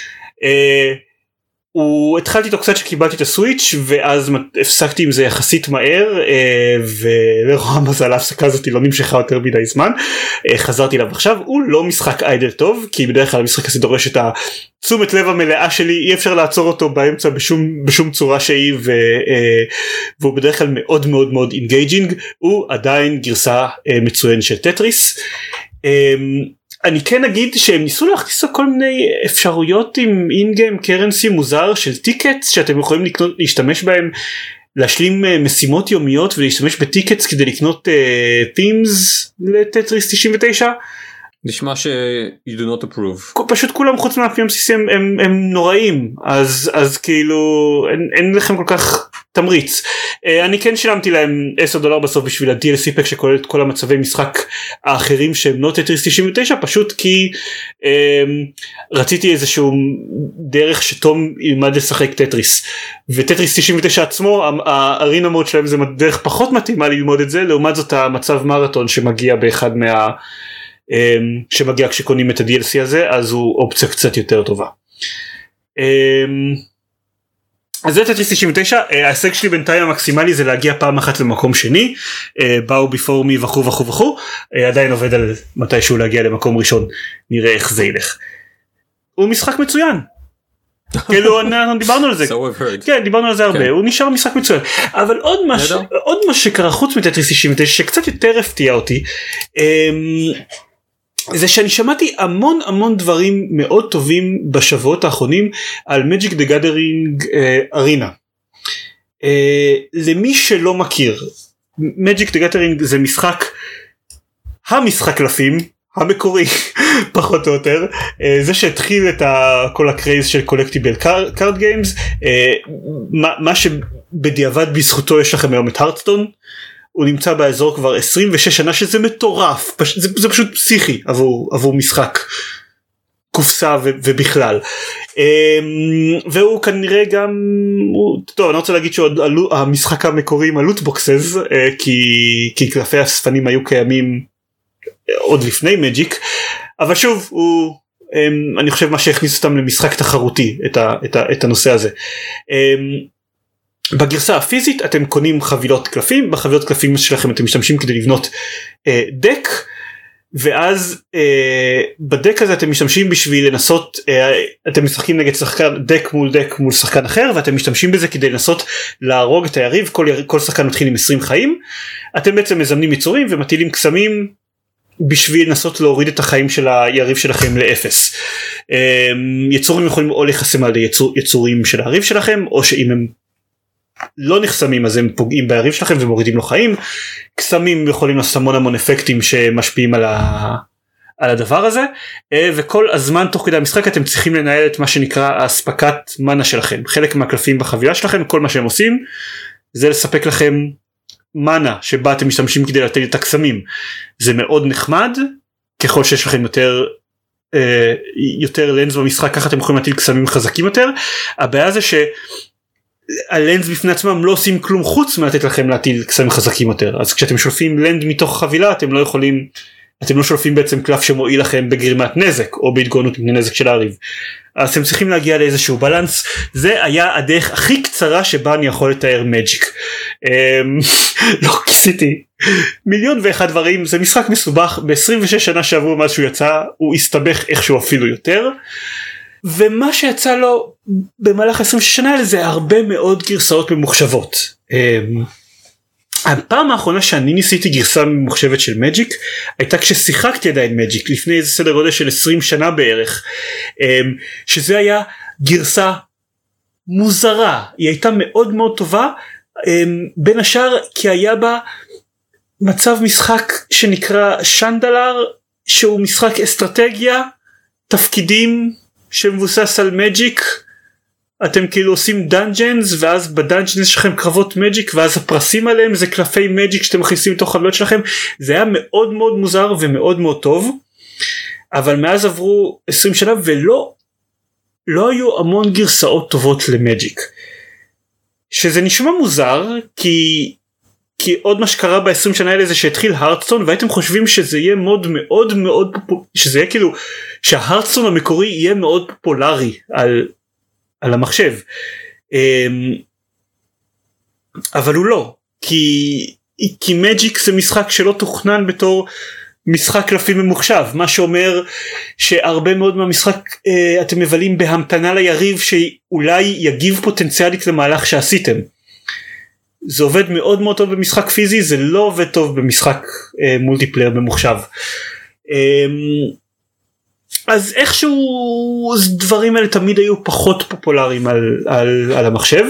התחלתי איתו קצת שקיבלתי את הסוויץ' ואז הפסקתי עם זה יחסית מהר, ולרוע מזל ההפסקה הזאת לא נמשכה יותר מדי זמן. חזרתי אליו עכשיו. הוא לא משחק איידל טוב, כי בדרך כלל המשחק הזה דורש את התשומת לב המלאה שלי, אי אפשר לעצור אותו באמצע בשום צורה שהיא, והוא בדרך כלל מאוד מאוד מאוד אינגייג'ינג. הוא עדיין גרסה מצוין של טטריס. אני כן אגיד שהם ניסו להכניס כל מיני אפשרויות עם אין-גיים קרנסי מוזר של טיקטס שאתם יכולים להשתמש בהם, להשלים משימות יומיות ולהשתמש בטיקטס כדי לקנות themes לטטריס 99. נשמע ש you do not approve. פשוט כולם חוץ מהפים בסיסיים הם נוראים, אז כאילו אין לכם כל כך תמריץ. אני כן שילמתי להם $10 בסוף בשביל ה-DLC פק שכולל את כל המצבי משחק האחרים שהם לא טטריס 99, פשוט כי רציתי איזשהו דרך שתום ילמד לשחק טטריס, וטטריס 99 עצמו הארינה מוד שלהם זה דרך פחות מתאימה ללמוד את זה, לעומת זאת המצב מרתון שמגיע באחד שמגיע כשקונים את ה-DLC הזה, אז הוא אופציה קצת יותר טובה. אז זה טטריס 99. ההישג שלי בינתיים המקסימלי זה להגיע פעם אחת למקום שני, באו before me וכו' וכו' וכו', עדיין עובד על מתישהו להגיע למקום ראשון, נראה איך זה ילך. הוא משחק מצוין, כאילו אנחנו דיברנו על זה, כן דיברנו על זה הרבה, הוא נשאר משחק מצוין. אבל עוד מה שקרה חוץ מטטריס 99 שקצת יותר הפתיע אותי, זה שאני שמעתי המון דברים מאוד טובים בשבועות האחרונים על Magic the Gathering Arena. למי שלא מכיר, Magic the Gathering זה המשחק קלפים המקורי פחות או יותר, זה שהתחיל את כל הקרייז של קולקטיבל קארד גיימס, מה שבדיעבד בזכותו יש לכם היום את הרדסטון. הוא נמצא באזור כבר 26 שנה, שזה מטורף, זה פשוט פסיכי עבור משחק קופסה ובכלל. והוא כנראה גם, טוב אני רוצה להגיד שהמשחק המקורי עם הלוטבוקסס, כי קלפי הספנים היו קיימים עוד לפני מג'יק, אבל שוב אני חושב מה שהכניס אותם למשחק תחרותי את הנושא הזה. בגרסה הפיזית אתם קונים חבילות קלפים, בחבילות קלפים שלכם אתם משתמשים כדי לבנות דק, ואז בדק הזה אתם משתמשים בשביל לנסות, אתם משחקים נגד שחקן, דק מול שחקן אחר, ואתם משתמשים בזה כדי לנסות להרוג את היריב. כל שחקן מתחיל עם 20 חיים, אתם בעצם מזמנים יצורים ומטילים קסמים בשביל לנסות להוריד את החיים של היריב שלכם לאפס. יצורים יכולים או לחסם על יצורים של היריב שלכם, או שאם הם לא נחסמים אז הם פוגעים ביריב שלכם ומורידים לו חיים. קסמים יכולים לעשות המון אפקטים שמשפיעים על הדבר הזה, וכל הזמן תוך כדי המשחק אתם צריכים לנהל את מה שנקרא האספקת מנה שלכם. חלק מהקלפים בחבילה שלכם, כל מה שהם עושים זה לספק לכם מנה שבה אתם משתמשים כדי להטיל את הקסמים. זה מאוד נחמד, ככל שיש לכם יותר לנז במשחק ככה אתם יכולים להטיל קסמים חזקים יותר. הבעיה זה שהלנז בפני עצמם לא עושים כלום חוץ מלתת לכם להטיל קסמים חזקים יותר, אז כשאתם שולפים לנד מתוך חבילה אתם לא שולפים בעצם קלף שמועיל לכם בגרימת נזק או בהתגוננות מפני נזק של היריב, אז אתם צריכים להגיע לאיזשהו בלנס. זה היה הדרך הכי קצרה שבה אני יכול לתאר מג'יק. לא כיסיתי מיליון ואחד דברים, זה משחק מסובך, ב-26 שנה שעברו מאז שהוא יצא הוא הסתבך איכשהו אפילו יותר, ומה שיצא לו במהלך 26 שנה האלה זה הרבה מאוד גרסאות ממוחשבות. הפעם האחרונה שאני ניסיתי גרסה ממוחשבת של מג'יק הייתה כששיחקתי עדיין מג'יק לפני איזה סדר גודל של 20 שנה בערך, שזה היה גרסה מוזרה, היא הייתה מאוד מאוד טובה, בין השאר כי היה בה מצב משחק שנקרא שנדלר, שהוא משחק אסטרטגיה, תפקידים שמבוסס על מג'יק, אתם כאילו עושים דאנג'נס, ואז בדאנג'נס יש לכם קרבות מג'יק, ואז הפרסים עליהם זה קלפי מג'יק שאתם מכניסים לתוך חבילות שלכם. זה היה מאוד מאוד מוזר ומאוד מאוד טוב, אבל מאז עברו 20 שנה ולא היו המון גרסאות טובות למג'יק, שזה נשמע מוזר, כי עוד מה שקרה ב-20 שנה האלה זה שהתחיל הרדסטון, והייתם חושבים שזה יהיה מוד מאוד מאוד, שזה יהיה כאילו שההרדסטון המקורי יהיה מאוד פופולרי על המחשב, אבל הוא לא, כי מג'יק זה משחק שלא תוכנן בתור משחק קלפים ממוחשב, מה שאומר שהרבה מאוד מהמשחק אתם מבלים בהמתנה ליריב שאולי יגיב פוטנציאלית למהלך שעשיתם. זה עובד מאוד מאוד טוב במשחק פיזי, זה לא עובד טוב במשחק מולטיפלייר ממוחשב. אז איכשהו דברים האלה תמיד היו פחות פופולריים על המחשב.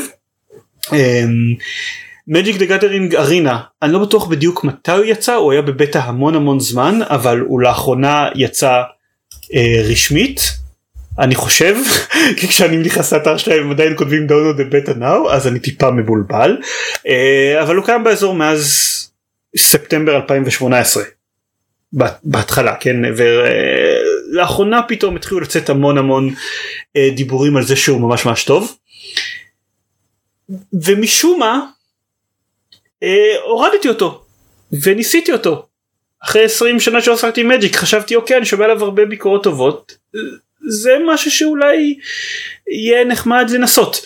Magic the Gathering Arena, אני לא בטוח בדיוק מתי הוא יצא, הוא היה בבטא המון זמן, אבל הוא לאחרונה יצא רשמית, אני חושב, כי כשאני נכנס לאתר שלהם הם עדיין כותבים download the beta now, אז אני טיפה מבולבל, אבל הוא קיים באזור מאז ספטמבר 2018, בהתחלה, כן, ולאחרונה פתאום התחילו לצאת המון דיבורים על זה שהוא ממש טוב, ומשום מה, הורדתי אותו וניסיתי אותו אחרי 20 שנה שעסקתי מג'יק, חשבתי אוקיי, אני שומע עליו הרבה ביקורות טובות, זה משהו שאולי יהיה נחמד לנסות.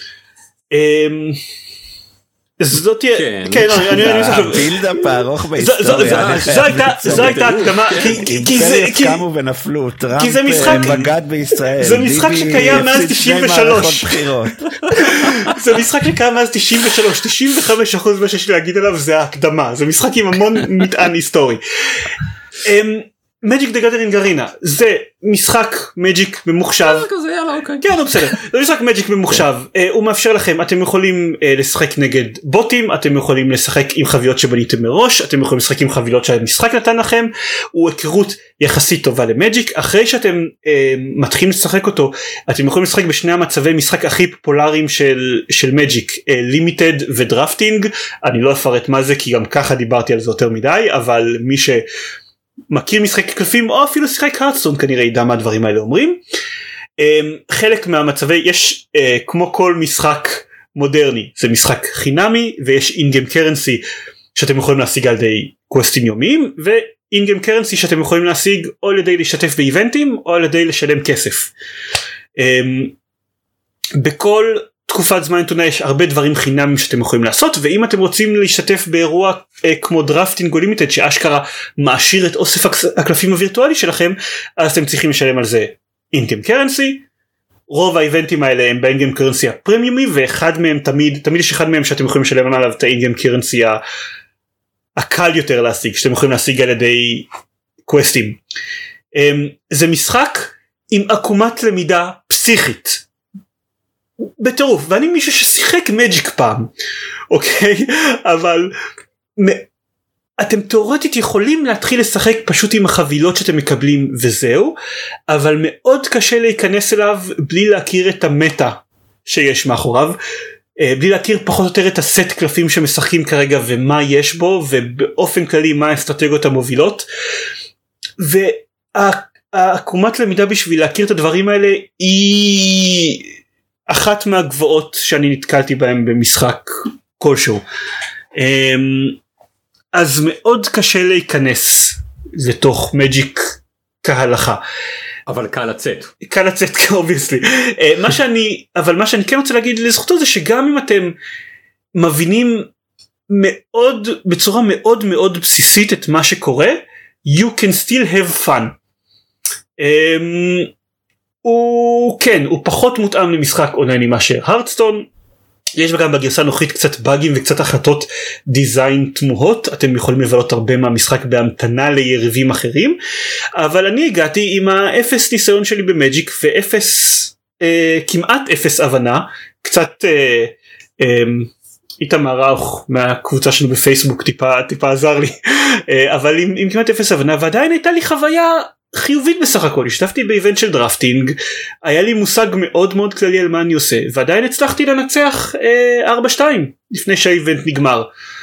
זאת תהיה, כן, הבילדאפ הארוך בהיסטוריה, זו הייתה הקדמה, כי זה קמו ונפלו, טראמפ בגד בישראל, זה משחק שקיים מאז 93, זה משחק שקיים מאז 93, 95% מה שיש לי להגיד עליו זה ההקדמה, זה משחק עם המון מטען היסטורי. Magic the Gathering Arena זה משחק מג'יק ממוחשב, כן, בסדר, זה משחק מג'יק ממוחשב, הוא מאפשר לכם, אתם יכולים לשחק נגד בוטים, אתם יכולים לשחק עם חבילות שבניתם מראש, אתם יכולים לשחק עם חבילות שהמשחק נתן לכם, הוא היכרות יחסית טובה למג'יק. אחרי שאתם מתחילים לשחק אותו, אתם יכולים לשחק בשני המצבי משחק הכי פופולריים של מג'יק, לימיטד ודרפטינג. אני לא אפרט מה זה כי גם ככה דיברתי על זה יותר מדי, אבל מי ש מכיר משחק קלפים או אפילו שיחק הרדסטון כנראה ידע מה הדברים האלה אומרים. חלק מהמצבי יש כמו כל משחק מודרני, זה משחק חינמי ויש אינגיים קרנסי שאתם יכולים להשיג על ידי קווסטים יומיים, ואינגיים קרנסי שאתם יכולים להשיג או על ידי להשתתף באיבנטים או על ידי לשלם כסף. בכל תקופת זמן נתונה יש הרבה דברים חינמים שאתם יכולים לעשות, ואם אתם רוצים להשתתף באירוע כמו דרפטינג או לימיטד שאשכרה מעשיר את אוסף הקלפים הווירטואלי שלכם, אז אתם צריכים לשלם על זה אינגיים קרנסי. רוב האיבנטים האלה הם באינגיים קרנסי הפרמיומי, ואחד מהם תמיד יש אחד מהם שאתם יכולים לשלם עליו את האינגיים קרנסי הקל יותר להשיג, שאתם יכולים להשיג על ידי קווסטים. זה משחק עם עקומת למידה פסיכית בטירוף, ואני מישהו ששיחק מג'יק פעם, אוקיי, אבל אתם תיאורטית יכולים להתחיל לשחק פשוט עם החבילות שאתם מקבלים וזהו, אבל מאוד קשה להיכנס אליו בלי להכיר את המטה שיש מאחוריו, בלי להכיר פחות או יותר את הסט קלפים שמשחקים כרגע ומה יש בו, ובאופן כללי מה האסטרטגיות המובילות. והעקומת למידה בשביל להכיר את הדברים האלה היא אחת מהגבוהות שאני נתקלתי בהם במשחק כלשהו. אז מאוד קשה להיכנס לתוך מג'יק כהלכה. אבל קל לצאת. קל לצאת, obviously. אבל מה שאני כן רוצה להגיד לזכותו זה שגם אם אתם מבינים מאוד, בצורה מאוד מאוד בסיסית את מה שקורה, you can still have fun. הוא פחות מותאם למשחק אונליין מאשר הרדסטון. יש גם בגרסה הנוכחית קצת באגים וקצת החלטות דיזיין תמוהות, אתם יכולים לבלות הרבה מהמשחק בהמתנה ליריבים אחרים, אבל אני הגעתי עם האפס ניסיון שלי במג'יק ואפס, כמעט אפס הבנה, קצת איתמר ראוך מהקבוצה שלנו בפייסבוק טיפה עזר לי, אבל עם כמעט אפס הבנה, ועדיין הייתה לי חוויה חיובית בסך הכל. השתתפתי באיבנט של דרפטינג, היה לי מושג מאוד מאוד כללי על מה אני עושה, ועדיין הצלחתי לנצח 4-2 לפני שהאיבנט נגמר.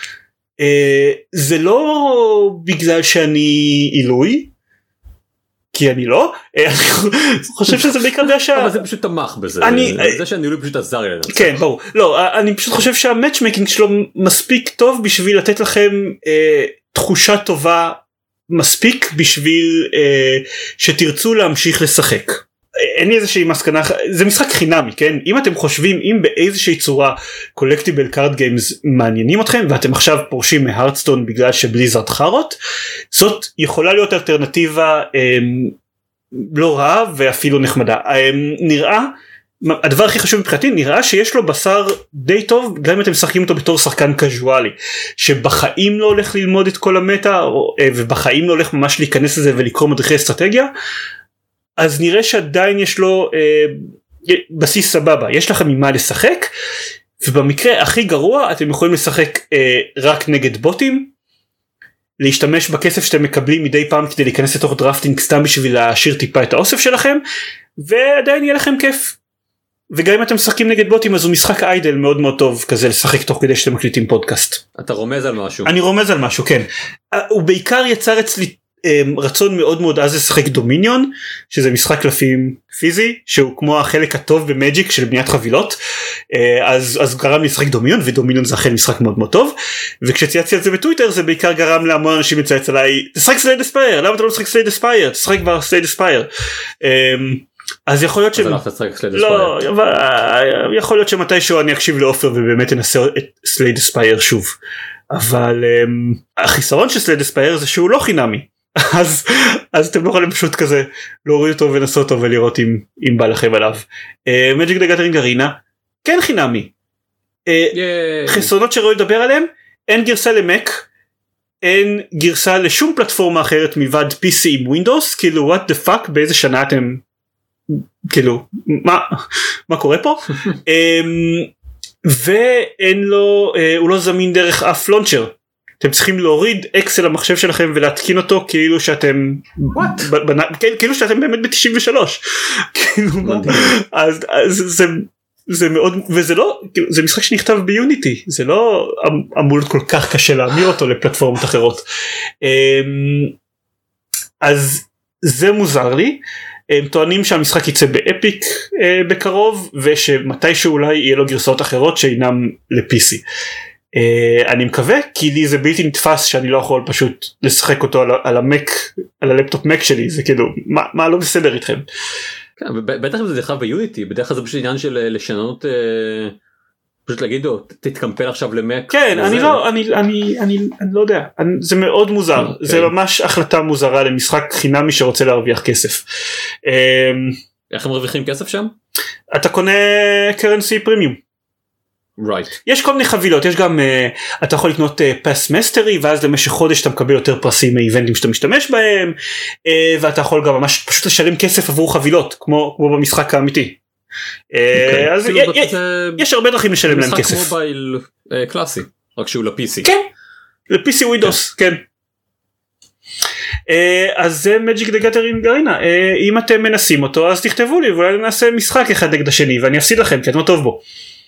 זה לא בגלל שאני עילוי, כי אני לא, אני חושב שזה בעיקר בגלל אבל זה פשוט תמך בזה, זה שאני עילוי פשוט עזר לי. כן, ברור. לא, אני פשוט חושב שהמאצ'מייקינג שלו מספיק טוב בשביל לתת לכם תחושה טובה מספיק בשביל שתרצו להמשיך לשחק. אין לי איזושהי מסקנה, זה משחק חינמי, כן? אם אתם חושבים, אם באיזושהי צורה קולקטיבל קארד גיימס מעניינים אתכם, ואתם עכשיו פורשים מהרדסטון בגלל שבליזארד חארות, זאת יכולה להיות אלטרנטיבה לא רעה ואפילו נחמדה. נראה, הדבר הכי חשוב מבחינתי, נראה שיש לו בשר די טוב, גם אם אתם משחקים אותו בתור שחקן קזואלי, שבחיים לא הולך ללמוד את כל המטה, ובחיים לא הולך ממש להיכנס לזה ולקרוא מדריכי אסטרטגיה, אז נראה שעדיין יש לו בסיס סבבה, יש לכם ממה לשחק, ובמקרה הכי גרוע אתם יכולים לשחק רק נגד בוטים, להשתמש בכסף שאתם מקבלים מדי פעם כדי להיכנס לתוך דרפטינג סתם בשביל להשאיר טיפה את האוסף שלכם, ועדיין יהיה לכם כיף. וגם אם אתם משחקים נגד בוטים, אז הוא משחק איידל מאוד מאוד טוב כזה לשחק תוך כדי שאתם מקליטים פודקאסט. אתה רומז על משהו? אני רומז על משהו, כן. הוא בעיקר יצר אצלי רצון מאוד מאוד אז לשחק דומיניון, שזה משחק קלפים פיזי, שהוא כמו החלק הטוב במג'יק של בניית חבילות, אז גרם לי לשחק דומיניון, ודומיניון זה אכן משחק מאוד מאוד טוב, וכשצייצתי על זה בטוויטר, זה בעיקר גרם להמון אנשים לצייץ עליי, תשחק סלייד אספייר, למה אתה לא משחק סלייד אספייר? תשחק כבר סלייד אספייר. אז יכול להיות לא, יכול להיות שמתישהו אני אקשיב לאופר ובאמת אנסה את סלייד אספייר שוב, אבל החיסרון של סלייד אספייר זה שהוא לא חינמי, אז אתם לא יכולים פשוט כזה להוריד אותו ונסות אותו ולראות אם בא לכם עליו. Magic the Gathering Arena כן חינמי, חסרונות שראוי לדבר עליהם, אין גרסה למק, אין גרסה לשום פלטפורמה אחרת מלבד PC עם Windows, כאילו what the fuck, באיזה שנה אתם כאילו מה קורה פה? ואין לו, הוא לא זמין דרך אף לונצ'ר, אתם צריכים להוריד אקסל למחשב שלכם ולהתקין אותו כאילו שאתם כאילו שאתם באמת ב-93, אז זה מאוד, וזה לא, זה משחק שנכתב ביוניטי, זה לא אמור כל כך קשה להמיר אותו לפלטפורמות אחרות, אז זה מוזר לי. הם טוענים שהמשחק יצא באפיק בקרוב, ושמתישהו אולי יהיה לו גרסאות אחרות שאינם ל-PC. אני מקווה, כי לי זה בלתי נתפס שאני לא יכול פשוט לשחק אותו על המק, על הלפטופ מק שלי, זה כאילו, מה לא בסדר איתכם? כן, בטח אם זה נכתב ביוניטי, בדרך כלל זה פשוט עניין של לשנות, פשוט להגיד לו, תתקמפל עכשיו למק. כן, אני לא יודע, זה מאוד מוזר, זה ממש החלטה מוזרה למשחק חינמי שרוצה להרוויח כסף. איך הם מרוויחים כסף שם? אתה קונה קרנסי פרימיום. Right. יש כל מיני חבילות, יש גם, אתה יכול לקנות פס מסטרי, ואז למשך חודש אתה מקבל יותר פרסים מאיבנטים שאתה משתמש בהם, ואתה יכול גם ממש פשוט לשלם כסף עבור חבילות, כמו במשחק האמיתי. אז יש הרבה דרכים לשלם להם כסף. משחק מובייל קלאסי, רק שהוא ל-PC. כן, ל-PC Windows, כן. אז זה Magic the Gathering Arena, אם אתם מנסים אותו אז תכתבו לי ואולי נעשה משחק אחד נגד השני ואני אפסיד לכם כי אני לא טוב בו.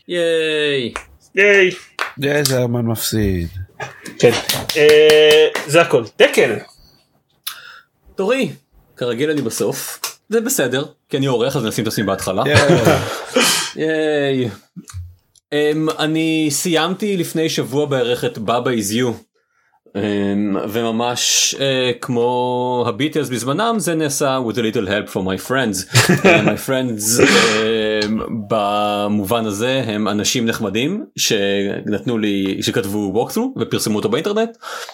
ייי. זה הרמן מפסיד. כן, זה הכל. דקל. תורי, כרגיל אני בסוף, זה בסדר, כי אני עורך אז נשים את עצמי בהתחלה. ייי. אני סיימתי לפני שבוע בערך את Baba is you. וממש כמו הביטלס בזמנם זה נעשה with a little help from my friends. my friends במובן הזה הם אנשים נחמדים שנתנו לי, שכתבו walkthrough ופרסמו אותו באינטרנט,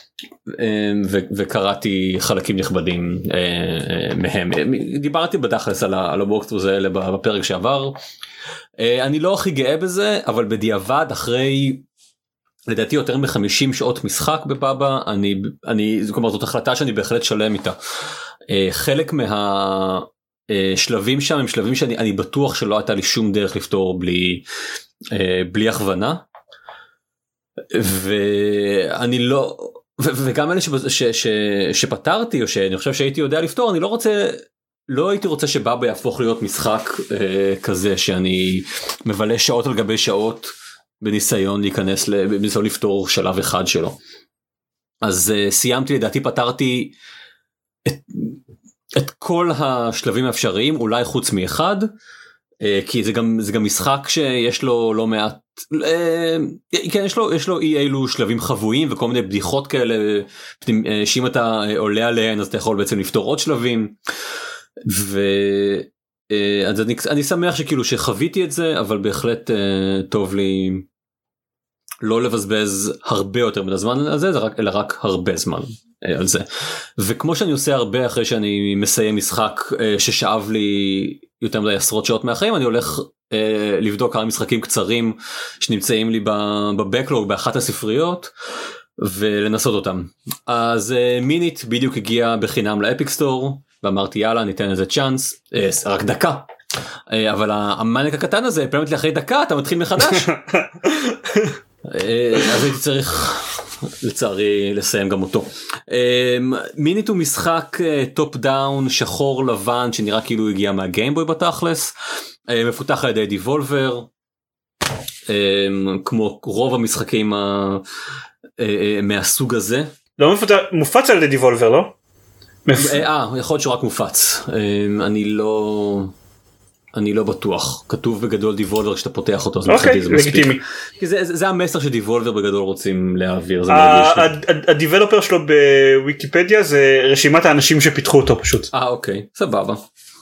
וקראתי חלקים נכבדים מהם. דיברתי בדחס על ה-walkthrough הזה בפרק שעבר. אני לא הכי גאה בזה, אבל בדיעבד אחרי לדעתי יותר מ-50 שעות משחק בבאבא, כלומר זאת החלטה שאני בהחלט שלם איתה. חלק מהשלבים שם הם שלבים שאני בטוח שלא הייתה לי שום דרך לפתור בלי הכוונה. ואני לא, וגם אלה שפתרתי, או שאני חושב שהייתי יודע לפתור, אני לא הייתי רוצה שבאבא יהפוך להיות משחק כזה, שאני מבלה שעות על גבי שעות, בניסיון בניסיון לפתור שלב אחד שלו. אז סיימתי, לדעתי פתרתי את כל השלבים האפשריים, אולי חוץ מאחד, כי זה גם משחק שיש לו לא מעט, כן, יש לו אי אילו שלבים חבויים וכל מיני בדיחות כאלה, שאם אתה עולה עליהן אז אתה יכול בעצם לפתור עוד שלבים, אז אני שמח שכאילו שחוויתי את זה, אבל בהחלט טוב לי לא לבזבז הרבה יותר מן הזמן על זה, אלא רק הרבה זמן על זה. וכמו שאני עושה הרבה אחרי שאני מסיים משחק ששאב לי יותר מדי עשרות שעות מהחיים, אני הולך לבדוק כמה משחקים קצרים שנמצאים לי בבקלוג באחת הספריות ולנסות אותם. אז מינית בדיוק הגיע בחינם לאפיק סטור, ואמרתי יאללה ניתן איזה צ'אנס, רק דקה, אבל המניאק הקטן הזה באמת לאחרי דקה אתה מתחיל מחדש. אז הייתי צריך לצערי לסיים גם אותו. מינית הוא משחק טופ דאון שחור לבן שנראה כאילו הגיע מהגיימבוי בתכלס, מפותח על ידי דיבולבר, כמו רוב המשחקים מהסוג הזה. לא מופץ על ידי דיבולבר, לא? יכול להיות שהוא רק מופץ, אני לא בטוח, כתוב בגדול דיבולבר כשאתה פותח אותו, אוקיי, לגיטימי. זה המסר שדיבולבר בגדול רוצים להעביר. הדיבלופר שלו בוויקיפדיה זה רשימת האנשים שפיתחו אותו פשוט. אוקיי, סבבה.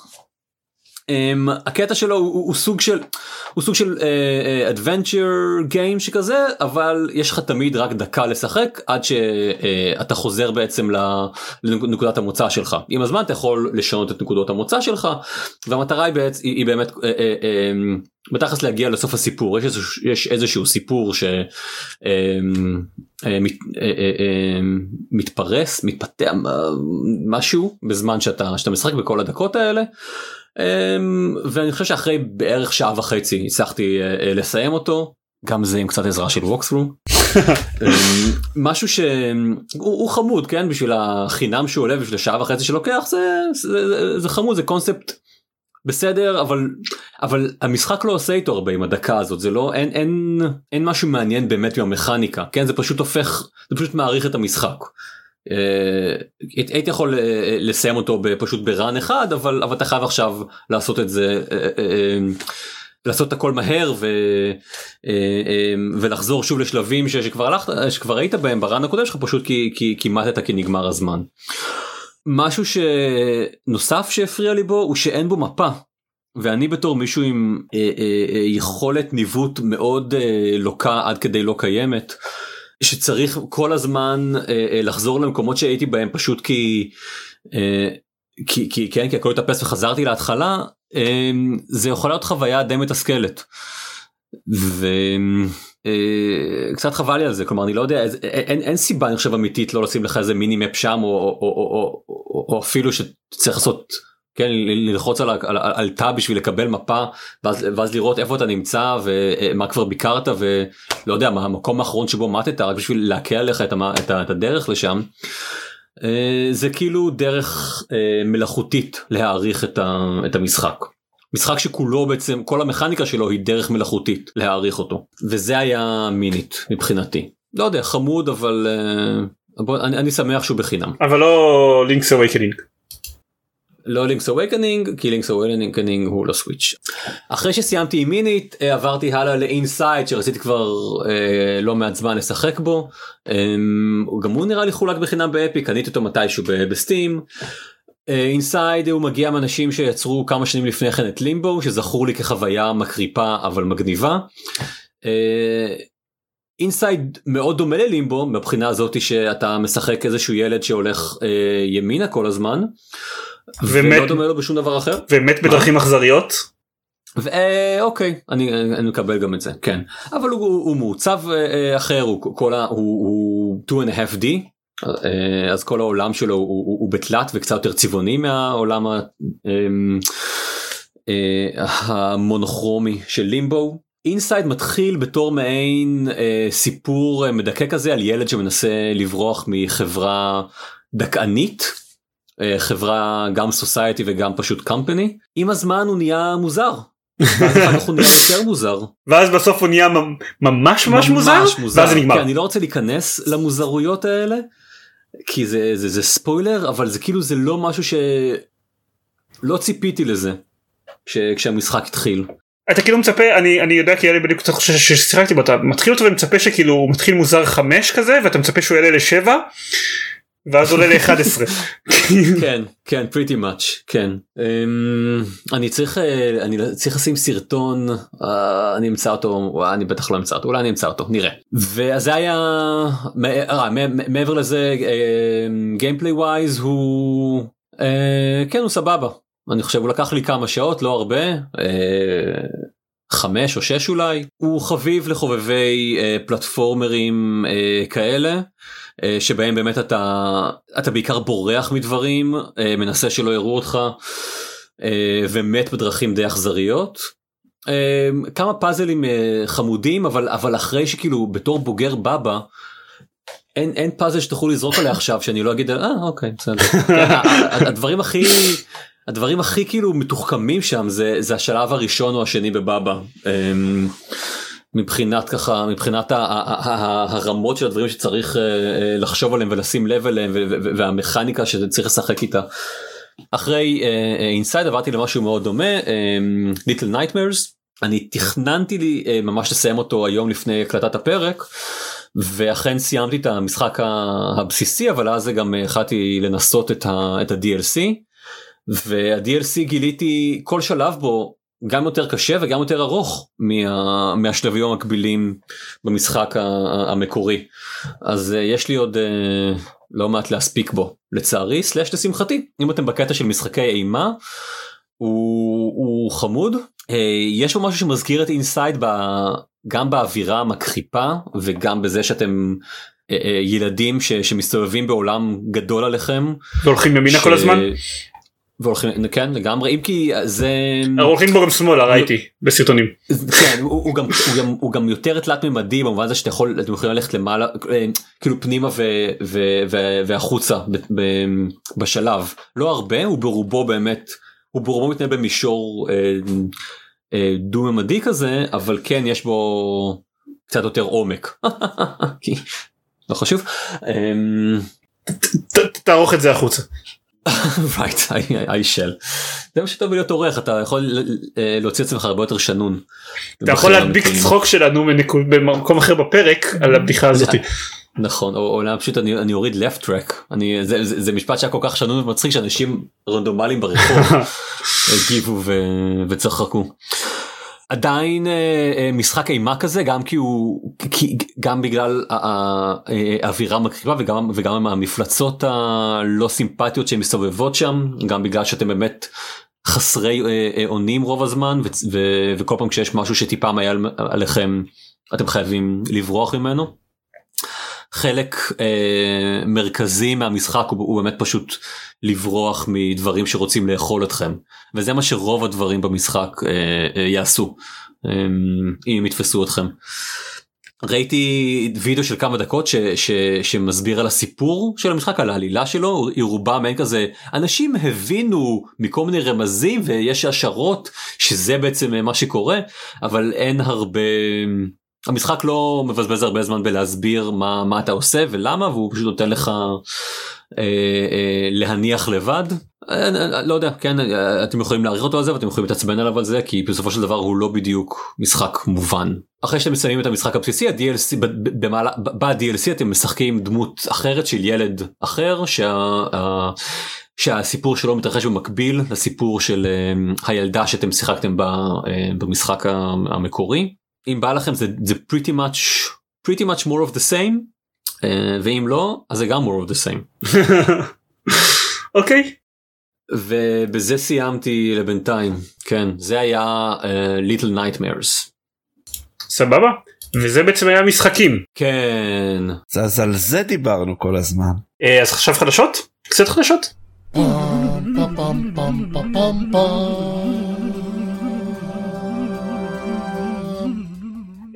הקטע שלו הוא סוג של adventure game שכזה, אבל יש לך תמיד רק דקה לשחק עד שאתה חוזר בעצם לנקודת המוצא שלך. עם הזמן אתה יכול לשנות את נקודות המוצא שלך, והמטרה היא באמת בתכלס להגיע לסוף הסיפור. יש איזשהו סיפור מתפרס, מתפתח משהו בזמן שאתה משחק בכל הדקות האלה, ואני חושב שאחרי בערך שעה וחצי הצלחתי לסיים אותו, גם זה עם קצת עזרה של ווקסרו. משהו שהוא חמוד, כן, בשביל החינם שהוא עולה בשביל השעה וחצי שלוקח, זה חמוד, זה קונספט בסדר, אבל המשחק לא עושה איתו הרבה עם הדקה הזאת, זה לא, אין משהו מעניין באמת מהמכניקה, כן, זה פשוט מעריך את המשחק. הייתי יכול לסיים אותו פשוט ברן אחד, אבל אתה חייב עכשיו לעשות את זה, לעשות את הכל מהר ולחזור שוב לשלבים שכבר היית בהם ברן הקודם שלך, פשוט כי כמעט כי נגמר הזמן. משהו שנוסף שהפריע לי בו הוא שאין בו מפה, ואני בתור מישהו עם יכולת ניווט מאוד לוקה עד כדי לא קיימת, שצריך כל הזמן לחזור למקומות שהייתי בהם פשוט כי הכל התאפס וחזרתי להתחלה, זה יכול להיות חוויה די מתסכלת, וקצת חבל לי על זה. כלומר אני לא יודע, אין סיבה אני חושב אמיתית לא לשים לך איזה מיני מפ שם, או אפילו שצריך לעשות, כן, ללחוץ על תא בשביל לקבל מפה, ואז לראות איפה אתה נמצא ומה כבר ביקרת, ולא יודע מה המקום האחרון שבו מתת, רק בשביל להקל עליך את הדרך לשם. זה כאילו דרך מלאכותית להעריך את המשחק. משחק שכולו בעצם, כל המכניקה שלו היא דרך מלאכותית להעריך אותו. וזה היה מינית מבחינתי. לא יודע, חמוד, אבל אני שמח שהוא בחינם. אבל לא Link's Awakening. לא Link's Awakening, כי Link's Awakening הוא לא סוויץ'. אחרי שסיימתי עם מינית, עברתי הלאה ל-Inside, שרציתי כבר לא מעט זמן לשחק בו. גם הוא נראה לי חולק בחינם באפיק, קניתי אותו מתישהו בסטים. Inside הוא מגיע מאנשים שיצרו כמה שנים לפני כן את לימבו, שזכור לי כחוויה מקריפה אבל מגניבה. Inside מאוד דומה ללימבו, מבחינה הזאת שאתה משחק איזשהו ילד שהולך ימינה כל הזמן, ולא דומה לו בשום דבר אחר. ומת בדרכים אכזריות. אוקיי, אני מקבל גם את זה, כן. אבל הוא מעוצב אחר, הוא 2.5D, אז כל העולם שלו הוא בתלת וקצת יותר צבעוני מהעולם המונוכרומי של לימבו. אינסייד מתחיל בתור מעין סיפור מדכא כזה על ילד שמנסה לברוח מחברה דכאנית, חברה גם סוסייטי וגם פשוט קמפני. עם הזמן הוא נהיה מוזר, ואז אחר כך הוא נהיה יותר מוזר, ואז בסוף הוא נהיה ממש מוזר, ואז זה נגמר. כן, אני לא רוצה להיכנס למוזרויות האלה כי זה ספוילר, אבל זה כאילו זה לא משהו שלא ציפיתי לזה כשהמשחק התחיל. אתה כאילו מצפה, אני יודע כי היה לי בדיוק ששיחקתי בו, אתה מתחיל אותו ומצפה שכאילו הוא מתחיל מוזר 5 כזה, ואתה מצפה שהוא יעלה ל7 ואז עולה ל11. כן, pretty much, כן. אני צריך לשים סרטון, אני אמצא אותו, אני בטח לא אמצא אותו, אולי אני אמצא אותו, נראה. ואז זה היה, מעבר לזה, גיימפליי ווייז הוא, כן, הוא סבבה. אני חושב הוא לקח לי כמה שעות, לא הרבה, 5 או 6 אולי. הוא חביב לחובבי פלטפורמרים כאלה, שבהם באמת אתה בעיקר בורח מדברים, מנסה שלא יראו אותך, ומת בדרכים די אכזריות. כמה פאזלים חמודים, אבל אחרי שכאילו בתור בוגר בבא, אין פאזל שתוכלו לזרוק עליה עכשיו, שאני לא אגיד, אוקיי, בסדר. הדברים הכי כאילו מתוחכמים שם, זה השלב הראשון או השני בבבא. מבחינת הרמות של הדברים שצריך לחשוב עליהם ולשים לב אליהם, והמכניקה שצריך לשחק איתה. אחרי אינסייד עברתי למשהו מאוד דומה, Little Nightmares. אני תכננתי לי ממש לסיים אותו היום לפני הקלטת הפרק, ואכן סיימתי את המשחק הבסיסי, אבל אז גם החלטתי לנסות את ה-DLC, וה-DLC גיליתי כל שלב בו גם יותר קשה וגם יותר ארוך מהשלבים המקבילים במשחק המקורי. אז יש לי עוד לא מעט להספיק בו, לצערי / לשמחתי. אם אתם בקטע של משחקי אימה, הוא חמוד. יש בו משהו שמזכיר את אינסייד גם באווירה המקחיפה, וגם בזה שאתם ילדים שמסתובבים בעולם גדול עליכם. והולכים ימינה כל הזמן? והולכים, כן, לגמרי, אם כי זה... הולכים בו גם שמאלה, ראיתי, בסרטונים. כן, הוא גם יותר תלת ממדי, במובן הזה שאתם יכולים ללכת למעלה, כאילו פנימה והחוצה בשלב. לא הרבה, הוא ברובו באמת, הוא ברובו מתנהל במישור דו-ממדי כזה, אבל כן, יש בו קצת יותר עומק. לא חשוב. תערוך את זה החוצה. right, I shall. זה מה שטוב להיות עורך, אתה יכול להוציא עצמך הרבה יותר שנון. אתה יכול להדביק צחוק שלנו במקום אחר בפרק על הבדיחה הזאת. נכון, או פשוט אני אוריד left track. זה משפט שהיה כל כך שנון ומצחיק שאנשים רנדומליים ברחוב הגיבו וצחקו. עדיין משחק אימה כזה, גם בגלל האווירה מקריבה וגם המפלצות הלא סימפטיות שהן מסתובבות שם, גם בגלל שאתם באמת חסרי אונים רוב הזמן, וכל פעם כשיש משהו שטיפה מייל עליכם אתם חייבים לברוח ממנו. חלק מרכזי מהמשחק הוא באמת פשוט לברוח מדברים שרוצים לאכול אתכם, וזה מה שרוב הדברים במשחק יעשו אם הם יתפסו אתכם. ראיתי וידאו של כמה דקות שמסביר על הסיפור של המשחק, על העלילה שלו. היא רובה מעין כזה, אנשים הבינו מכל מיני רמזים ויש השערות שזה בעצם מה שקורה, אבל אין הרבה... המשחק לא מבזבז הרבה זמן בלהסביר מה אתה עושה ולמה, והוא פשוט נותן לך להניח לבד. לא יודע, כן, אתם יכולים להעריך אותו על זה ואתם יכולים להתעצבן עליו על זה, כי בסופו של דבר הוא לא בדיוק משחק מובן. אחרי שאתם מסיימים את המשחק הבסיסי, ב-DLC אתם משחקים דמות אחרת של ילד אחר, שהסיפור שלו מתרחש במקביל לסיפור של הילדה שאתם שיחקתם במשחק המקורי. אם בא לכם זה pretty much more of the same, ואם לא אז זה גם more of the same. אוקיי. ובזה סיימתי לבינתיים. כן, זה היה Little Nightmares. סבבה, וזה בעצם היה משחקים. כן, אז על זה דיברנו כל הזמן. אז עכשיו חדשות? קצת חדשות?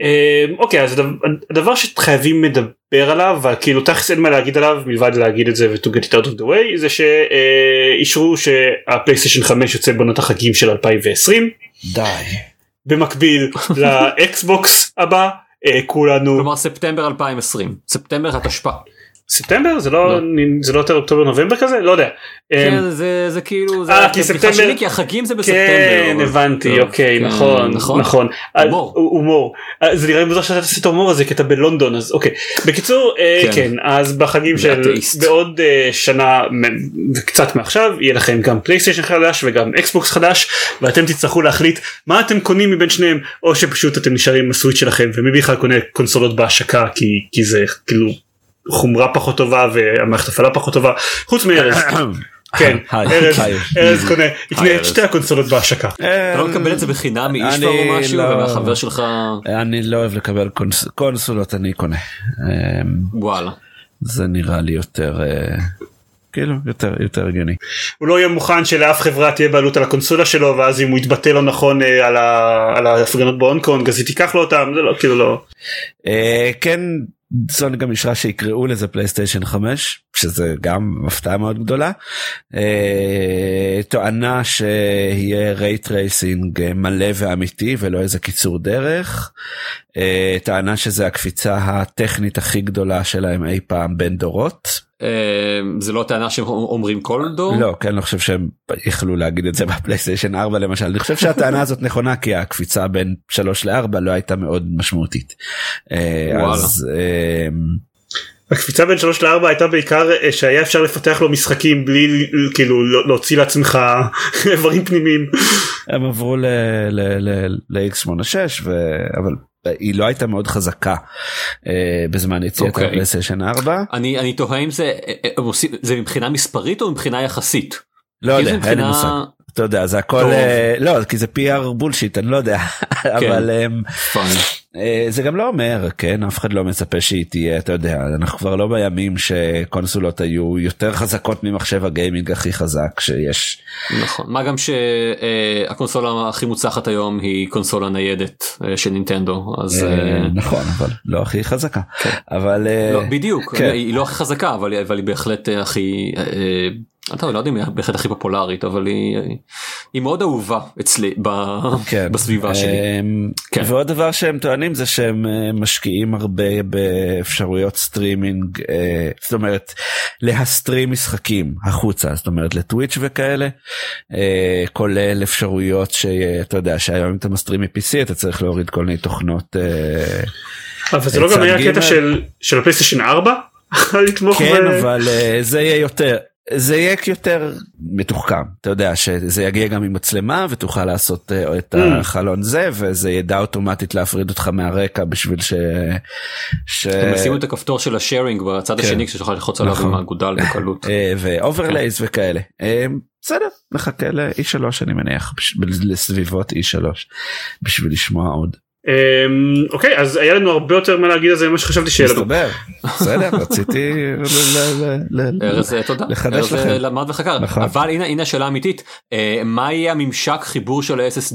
אוקיי, אז הדבר שחייבים לדבר עליו, וכאילו תכלס אין מה להגיד עליו מלבד להגיד את זה ו-to get it out of the way, זה שאישרו שהפלייסטיישן 5 יוצא בעונת החגים של 2020. די. במקביל לאקסבוקס הבא, כולנו... כלומר ספטמבר 2020, ספטמבר התשפ"א. ספטמבר? זה לא יותר אוקטובר נובמבר כזה? לא יודע. כן, זה כאילו, כי ספטמבר... כי החגים זה בספטמבר. כן, הבנתי, אוקיי, נכון. הומור. זה נראה לי מוזר שאתה תעשה את ההומור הזה, כי אתה בלונדון, אז אוקיי. בקיצור, כן, אז בחגים של בעוד שנה וקצת מעכשיו, יהיה לכם גם פלייסטיישן חדש וגם אקסבוקס חדש, ואתם תצטרכו להחליט מה אתם קונים מבין שניהם, או שפשוט אתם נשארים עם הסוויץ' שלכם, ומי בכלל קונה קונסולות בהשקה, כי זה כאילו... חומרה פחות טובה והמערכת הפעלה פחות טובה, חוץ מארז. כן, ארז קונה, יקנה את שתי הקונסולות בהשקה. אתה לא מקבל את זה בחינם מאיש כבר או משהו, ומהחבר שלך? אני לא אוהב לקבל קונסולות, אני קונה. וואלה. זה נראה לי יותר... כאילו יותר הגיוני. הוא לא יהיה מוכן שלאף חברה תהיה בעלות על הקונסולה שלו, ואז אם הוא יתבטא לא נכון על ההפגנות בהונג קונג, אז היא תיקח לו אותם, זה לא, כאילו לא. כן, סוני גם אישרה שיקראו לזה פלייסטיישן 5, שזה גם הפתעה מאוד גדולה. טוענה שיהיה רייט רייסינג מלא ואמיתי ולא איזה קיצור דרך. טענה שזה הקפיצה הטכנית הכי גדולה שלהם אי פעם בין דורות. זה לא טענה שהם אומרים כל דור? לא, כן, אני חושב שהם יכלו להגיד את זה בפלייסטיישן 4 למשל. אני חושב שהטענה הזאת נכונה, כי הקפיצה בין 3 ל-4 לא הייתה מאוד משמעותית. אז... הקפיצה בין 3 ל-4 הייתה בעיקר שהיה אפשר לפתח לו משחקים בלי כאילו להוציא לעצמך איברים פנימיים. הם עברו ל-X86, אבל היא לא הייתה מאוד חזקה בזמן יציאת הפלייסטיישן 4. אני תוהה אם זה מבחינה מספרית או מבחינה יחסית? לא יודע, אין לי מושג. אתה יודע, זה הכל, לא, כי זה PR בולשיט, אני לא יודע, אבל זה גם לא אומר, כן, אף אחד לא מצפה שהיא תהיה, אתה יודע, אנחנו כבר לא בימים שקונסולות היו יותר חזקות ממחשב הגיימינג הכי חזק שיש. נכון, מה גם שהקונסולה הכי מוצלחת היום היא קונסולה ניידת של נינטנדו, אז... נכון, אבל לא הכי חזקה. אבל... בדיוק, היא לא הכי חזקה, אבל היא בהחלט הכי... אני לא יודע אם היא בהחלט הכי פופולרית, אבל היא מאוד אהובה אצלי בסביבה שלי. ועוד דבר שהם טוענים זה שהם משקיעים הרבה באפשרויות סטרימינג, זאת אומרת להסטרים משחקים החוצה, זאת אומרת לטוויץ' וכאלה, כולל אפשרויות שאתה יודע שהיום אם אתה מסטרים מ-PC אתה צריך להוריד כל מיני תוכנות. אבל זה לא גם היה קטע של הפלייסטיישן 4? כן, אבל זה יהיה יותר... זה יהיה יותר מתוחכם, אתה יודע שזה יגיע גם עם מצלמה ותוכל לעשות את החלון זה, וזה ידע אוטומטית להפריד אותך מהרקע בשביל הם ישימו את הכפתור של השארינג בצד השני כשתוכל לחוץ עליו עם הגודל בקלות. ואוברלייז וכאלה. בסדר, נחכה ל-E3 אני מניח, לסביבות E3, בשביל לשמוע עוד. אוקיי, אז היה לנו הרבה יותר מה להגיד על זה ממה שחשבתי שיהיה לנו. בסדר, רציתי לחדש לכם. למד וחקר, אבל הנה השאלה האמיתית, מה יהיה הממשק חיבור של ה-SSD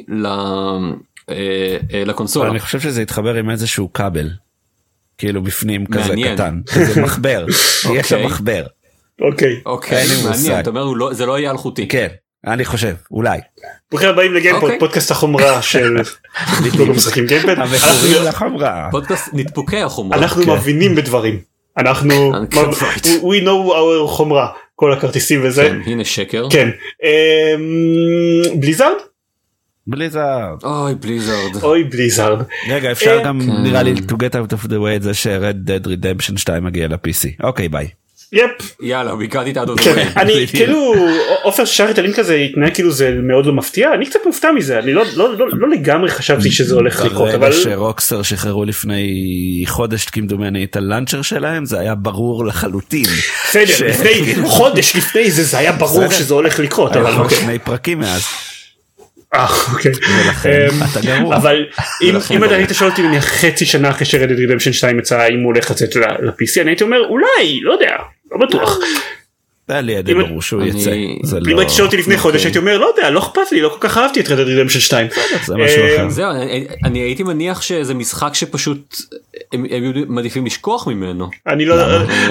לקונסולה? אני חושב שזה יתחבר עם איזשהו כבל, כאילו בפנים כזה קטן, זה מחבר, יש שם מחבר. אוקיי, מעניין, אתה אומר זה לא יהיה אלחוטי. כן. אני חושב, אולי. ברוכים הבאים לגיימפוד, פודקאסט החומרה של נתפוק משחקים גיימפד. המקורים לחומרה. פודקאסט נתפוקי החומרה. אנחנו מבינים בדברים. אנחנו, we know our חומרה, כל הכרטיסים וזה. הנה שקר. כן. בליזארד? בליזארד. אוי בליזארד. רגע, אפשר גם נראה לי to get out of the way את זה ש-Red Dead Redemption 2 מגיע ל-PC. אוקיי, ביי. יפ. יאללה, ביקרתי את הדוד. אני כאילו, אופר ששאר את הלינק הזה התנהג כאילו זה מאוד לא מפתיע, אני קצת מופתע מזה, אני לא לגמרי חשבתי שזה הולך לקרות. ברגע שרוקסטר שחררו לפני חודש כמדומני את הלאנצ'ר שלהם, זה היה ברור לחלוטין. בסדר, לפני חודש לפני זה היה ברור שזה הולך לקרות. היה שני פרקים מאז. אוקיי. אבל אם אתה היית שואל אותי חצי שנה אחרי ש-Red Dead Redemption 2 יצא אם הוא הולך לצאת ל-PC, אני הייתי אומר אולי, לא יודע, לא בטוח. היה לי די ברור שהוא יצא. אם הייתי שואל אותי לפני חודש הייתי אומר לא יודע, לא אכפת לי, לא כל כך אהבתי את Red Dead Redemption 2. זה משהו אחר. זהו, אני הייתי מניח שזה משחק שפשוט הם מעדיפים לשכוח ממנו. אני לא,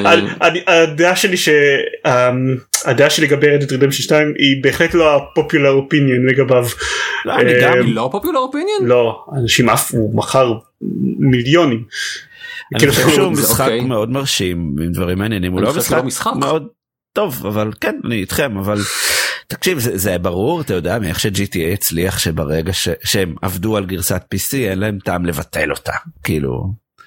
הדעה שלי לגבי Red Dead Redemption 2 היא בהחלט לא ה-popular opinion לגביו. היא לא popular opinion? לא, אנשים הוא מכר מיליונים. אני חושב שהוא משחק מאוד מרשים עם דברים מעניינים, הוא לא משחק מאוד טוב, אבל כן, אני איתכם, אבל תקשיב, זה ברור, אתה יודע, מאיך ש-GTA הצליח שברגע שהם עבדו על גרסת PC, אין להם טעם לבטל אותה, כאילו.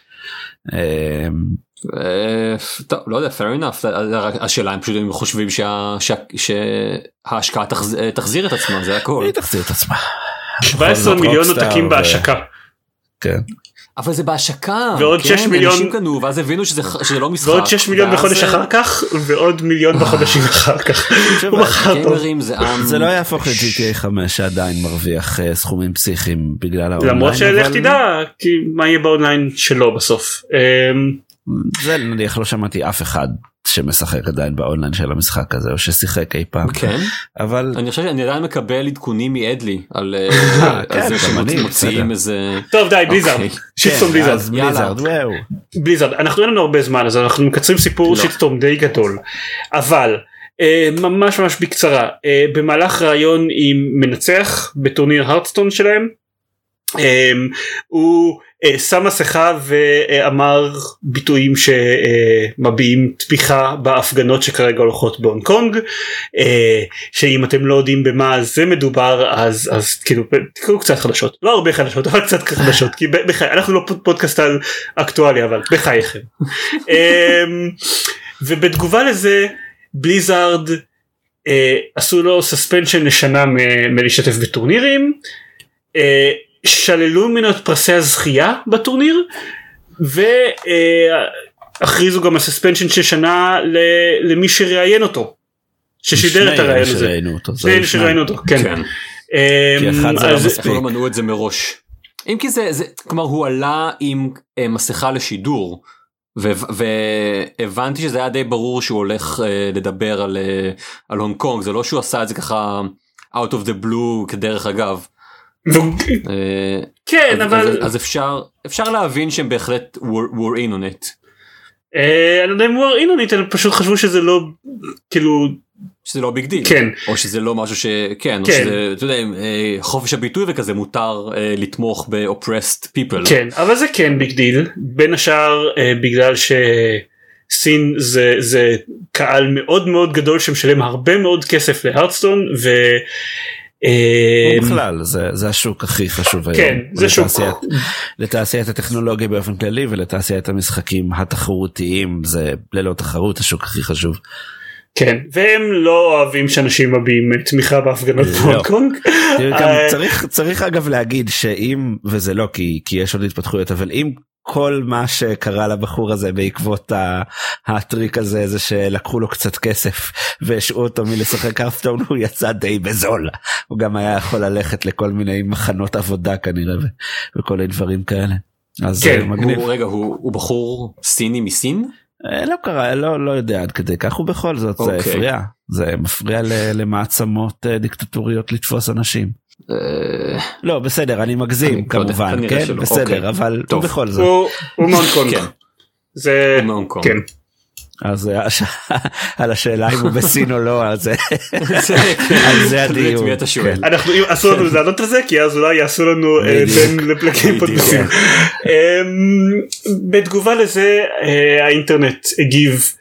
טוב, לא יודע, fair enough, השאלה הם פשוט חושבים שההשקעה תחזיר את עצמה, זה הכל. היא תחזיר את עצמה. 17 מיליון עותקים בהשקה. כן. אבל זה בהשקה, ועוד 6 מיליון, אנשים קנו, ואז הבינו שזה לא משחק. ועוד 6 מיליון בחודש אחר כך, ועוד מיליון בחודשים אחר כך. זה לא יהפוך ל-GTA 5 שעדיין מרוויח סכומים פסיכיים בגלל האונליין. למרות שלך תדע, כי מה יהיה באונליין שלו בסוף. זה נניח לא שמעתי אף אחד שמשחק עדיין באונליין של המשחק הזה או ששיחק אי פעם. כן. אבל אני חושב שאני עדיין מקבל עדכונים מאדלי על זה שמוציאים איזה. טוב די, בליזארד. שיטסטורם בליזארד. בליזארד, אנחנו אין לנו הרבה זמן אז אנחנו מקצרים סיפור שיטסטורם די גדול. אבל ממש בקצרה, במהלך ראיון עם מנצח בטורניר הרדסטון שלהם, הוא שם מסכה ואמר ביטויים שמביעים תמיכה בהפגנות שכרגע הולכות בהונג קונג, שאם אתם לא יודעים במה זה מדובר אז כאילו תקראו קצת חדשות, לא הרבה חדשות אבל קצת חדשות, כי אנחנו לא פודקאסט על אקטואליה אבל בחייכם. ובתגובה לזה בליזארד עשו לו סספנשן לשנה מלהשתתף בטורנירים, שללו ממנו את פרסי הזכייה בטורניר, והכריזו גם הסספנשן של שנה למי שראיין אותו, ששידר את הרעיון הזה. שני שראיינו אותו, כן. כי אחד זה לא מספיק. לא מנעו את זה מראש. אם כי זה, כלומר הוא עלה עם מסכה לשידור, והבנתי שזה היה די ברור שהוא הולך לדבר על הונג קונג, זה לא שהוא עשה את זה ככה out of the blue כדרך אגב. כן, אבל אז אפשר להבין שהם בהחלט were in on it. אני לא יודע אם were in on it, הם פשוט חשבו שזה לא כאילו שזה לא ביג דיל, כן, או שזה לא משהו שכן, או שזה, אתה יודע, חופש הביטוי וכזה מותר לתמוך ב-oppressed people. כן, אבל זה כן ביג דיל, בין השאר בגלל שסין זה קהל מאוד מאוד גדול שמשלם הרבה מאוד כסף להרדסטון בכלל זה השוק הכי חשוב היום. כן, זה שוק. לתעשיית הטכנולוגיה באופן כללי ולתעשיית המשחקים התחרותיים, זה ללא תחרות השוק הכי חשוב. כן, והם לא אוהבים שאנשים מביעים תמיכה בהפגנות בהונג קונג. צריך אגב להגיד שאם, וזה לא כי יש עוד התפתחויות, אבל אם כל מה שקרה לבחור הזה בעקבות הטריק הזה זה שלקחו לו קצת כסף והשעו אותו מלשחק הרדסטון, הוא יצא די בזול. הוא גם היה יכול ללכת לכל מיני מחנות עבודה כנראה וכל מיני דברים כאלה. אז כן, מגניב. רגע, הוא בחור סיני מסין? לא קרה, לא יודע עד כדי כך, הוא בכל זאת זה הפריע. זה מפריע למעצמות דיקטטוריות לתפוס אנשים. לא בסדר, אני מגזים כמובן, כן בסדר, אבל בכל זאת הוא מהונג קונג, זה כן. אז על השאלה אם הוא בסין או לא, על זה הדיון. אסור לנו לדעת על זה כי אז אולי יעשו לנו בין לפלקים פודקאסטים. בתגובה לזה האינטרנט הגיב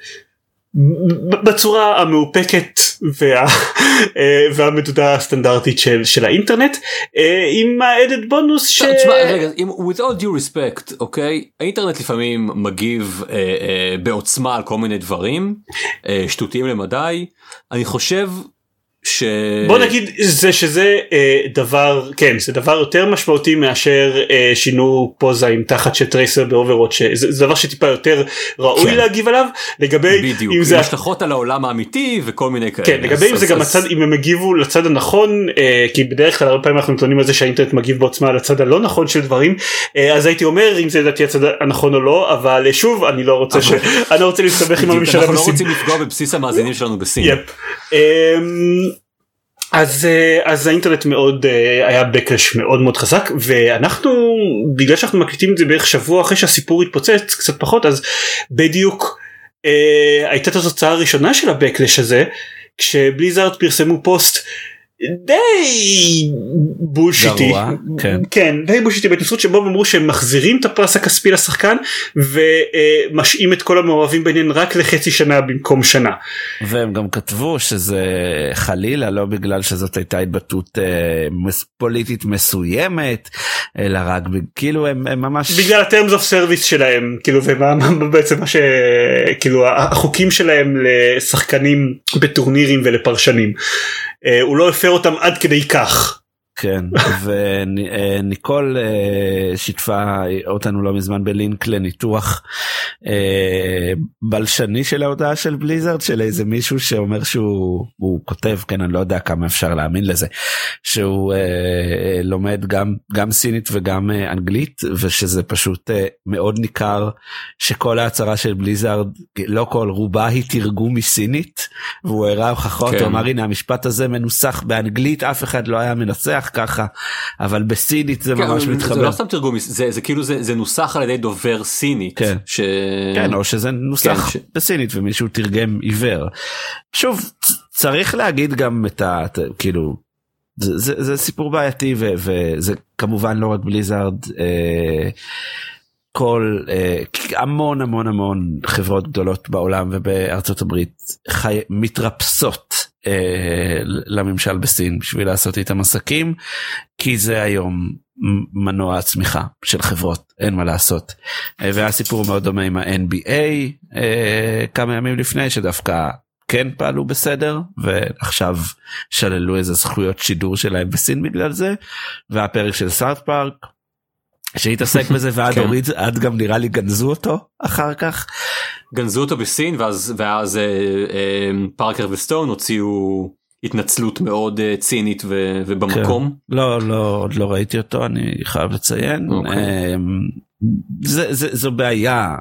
בצורה המאופקת והמדודה הסטנדרטית של האינטרנט, עם האדד בונוס ש... רגע, with all due respect, אוקיי, האינטרנט לפעמים מגיב בעוצמה על כל מיני דברים שטותיים למדי. אני חושב בוא נגיד שזה דבר, כן, זה דבר יותר משמעותי מאשר שינו פוזה עם תחת של טרייסר באוברוואץ', זה דבר שטיפה יותר ראוי להגיב עליו, לגבי בדיוק, אם זה השלכות על העולם האמיתי וכל מיני כאלה. כן, לגבי אם זה גם הצד, אם הם הגיבו לצד הנכון, כי בדרך כלל הרבה פעמים אנחנו נתונים על זה שהאינטרנט מגיב בעוצמה לצד הלא נכון של דברים, אז הייתי אומר אם זה לדעתי הצד הנכון או לא, אבל שוב אני לא רוצה אני לא רוצה להסתבך עם הממשלה בסין. אנחנו לא רוצים לפגוע בבסיס המאזינים שלנו בסין. אז האינטרנט מאוד היה בקש מאוד מאוד חזק, ואנחנו בגלל שאנחנו מקליטים את זה בערך שבוע אחרי שהסיפור התפוצץ קצת פחות, אז בדיוק הייתה את התוצאה הראשונה של הבקלש הזה, כשבליזארד פרסמו פוסט די בולשיטי, כן, די בולשיטי בהתנסות, שבו אמרו שהם מחזירים את הפרס הכספי לשחקן ומשאים את כל המעורבים בעניין רק לחצי שנה במקום שנה. והם גם כתבו שזה חלילה לא בגלל שזאת הייתה התבטאות פוליטית מסוימת, אלא רק כאילו הם ממש בגלל ה-terms of service שלהם, כאילו, ובעצם מה כאילו החוקים שלהם לשחקנים בטורנירים ולפרשנים, הוא לא הפר אותם עד כדי כך. כן, וניקול שיתפה אותנו לא מזמן בלינק לניתוח בלשני של ההודעה של בליזארד, של איזה מישהו שאומר שהוא כותב, כן, אני לא יודע כמה אפשר להאמין לזה, שהוא לומד גם סינית וגם אנגלית, ושזה פשוט מאוד ניכר שכל ההצהרה של בליזארד, לא כל, רובה היא תרגום מסינית, והוא הראה הוכחות, הוא אמר, הנה המשפט הזה מנוסח באנגלית, אף אחד לא היה מנסח ככה, אבל בסינית זה ממש מתחבר. זה לא סתם תרגום, זה כאילו זה נוסח על ידי דובר סינית. כן, או שזה נוסח בסינית ומישהו תרגם עיוור. שוב, צריך להגיד גם את כאילו, זה סיפור בעייתי, וזה כמובן לא רק בליזארד, כל המון המון המון חברות גדולות בעולם ובארצות הברית מתרפסות לממשל בסין בשביל לעשות איתם עסקים, כי זה היום מנוע הצמיחה של חברות, אין מה לעשות. והיה סיפור מאוד דומה עם ה-NBA כמה ימים לפני, שדווקא כן פעלו בסדר, ועכשיו שללו איזה זכויות שידור שלהם בסין בגלל זה, והפרק של סאות' פארק שהתעסק בזה, ועד הוריד, עד גם נראה לי גנזו אותו אחר כך. גנזו אותו בסין, ואז פארקר וסטון הוציאו התנצלות מאוד צינית ובמקום. עוד לא ראיתי אותו, אני חייב לציין. זו בעיה,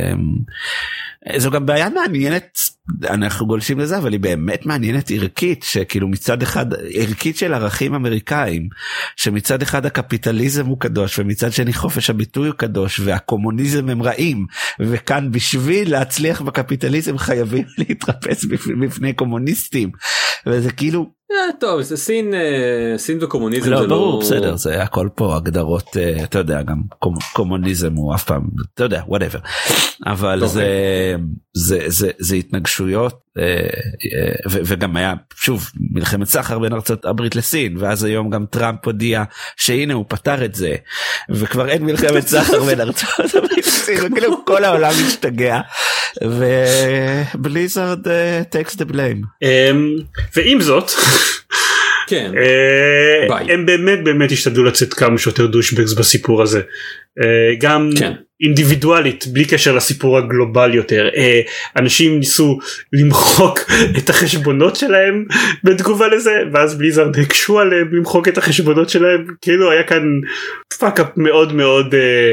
זו גם בעיה מעניינת, אנחנו גולשים לזה, אבל היא באמת מעניינת ערכית, שכאילו מצד אחד, ערכית של ערכים אמריקאים, שמצד אחד הקפיטליזם הוא קדוש, ומצד שני חופש הביטוי הוא קדוש, והקומוניזם הם רעים, וכאן בשביל להצליח בקפיטליזם חייבים להתרפס בפני קומוניסטים, וזה כאילו, טוב, זה סין וקומוניזם. לא, ברור, בסדר, זה הכל פה הגדרות, אתה יודע, גם קומוניזם הוא אף פעם, אתה יודע, whatever. אבל זה התנגשויות, וגם היה, שוב, מלחמת סחר בין ארצות הברית לסין, ואז היום גם טראמפ הודיע שהנה הוא פתר את זה, וכבר אין מלחמת סחר בין ארצות הברית לסין, וכאילו כל העולם משתגע, ובליזארד takes the blame. ועם זאת, כן, הם באמת השתדלו לצאת כמה שיותר דושבגס בסיפור הזה, גם אינדיבידואלית, בלי קשר לסיפור הגלובלי יותר. אנשים ניסו למחוק את החשבונות שלהם בתגובה לזה, ואז בליזארד הקשו עליהם למחוק את החשבונות שלהם, כאילו היה כאן פאק-אפ מאוד מאוד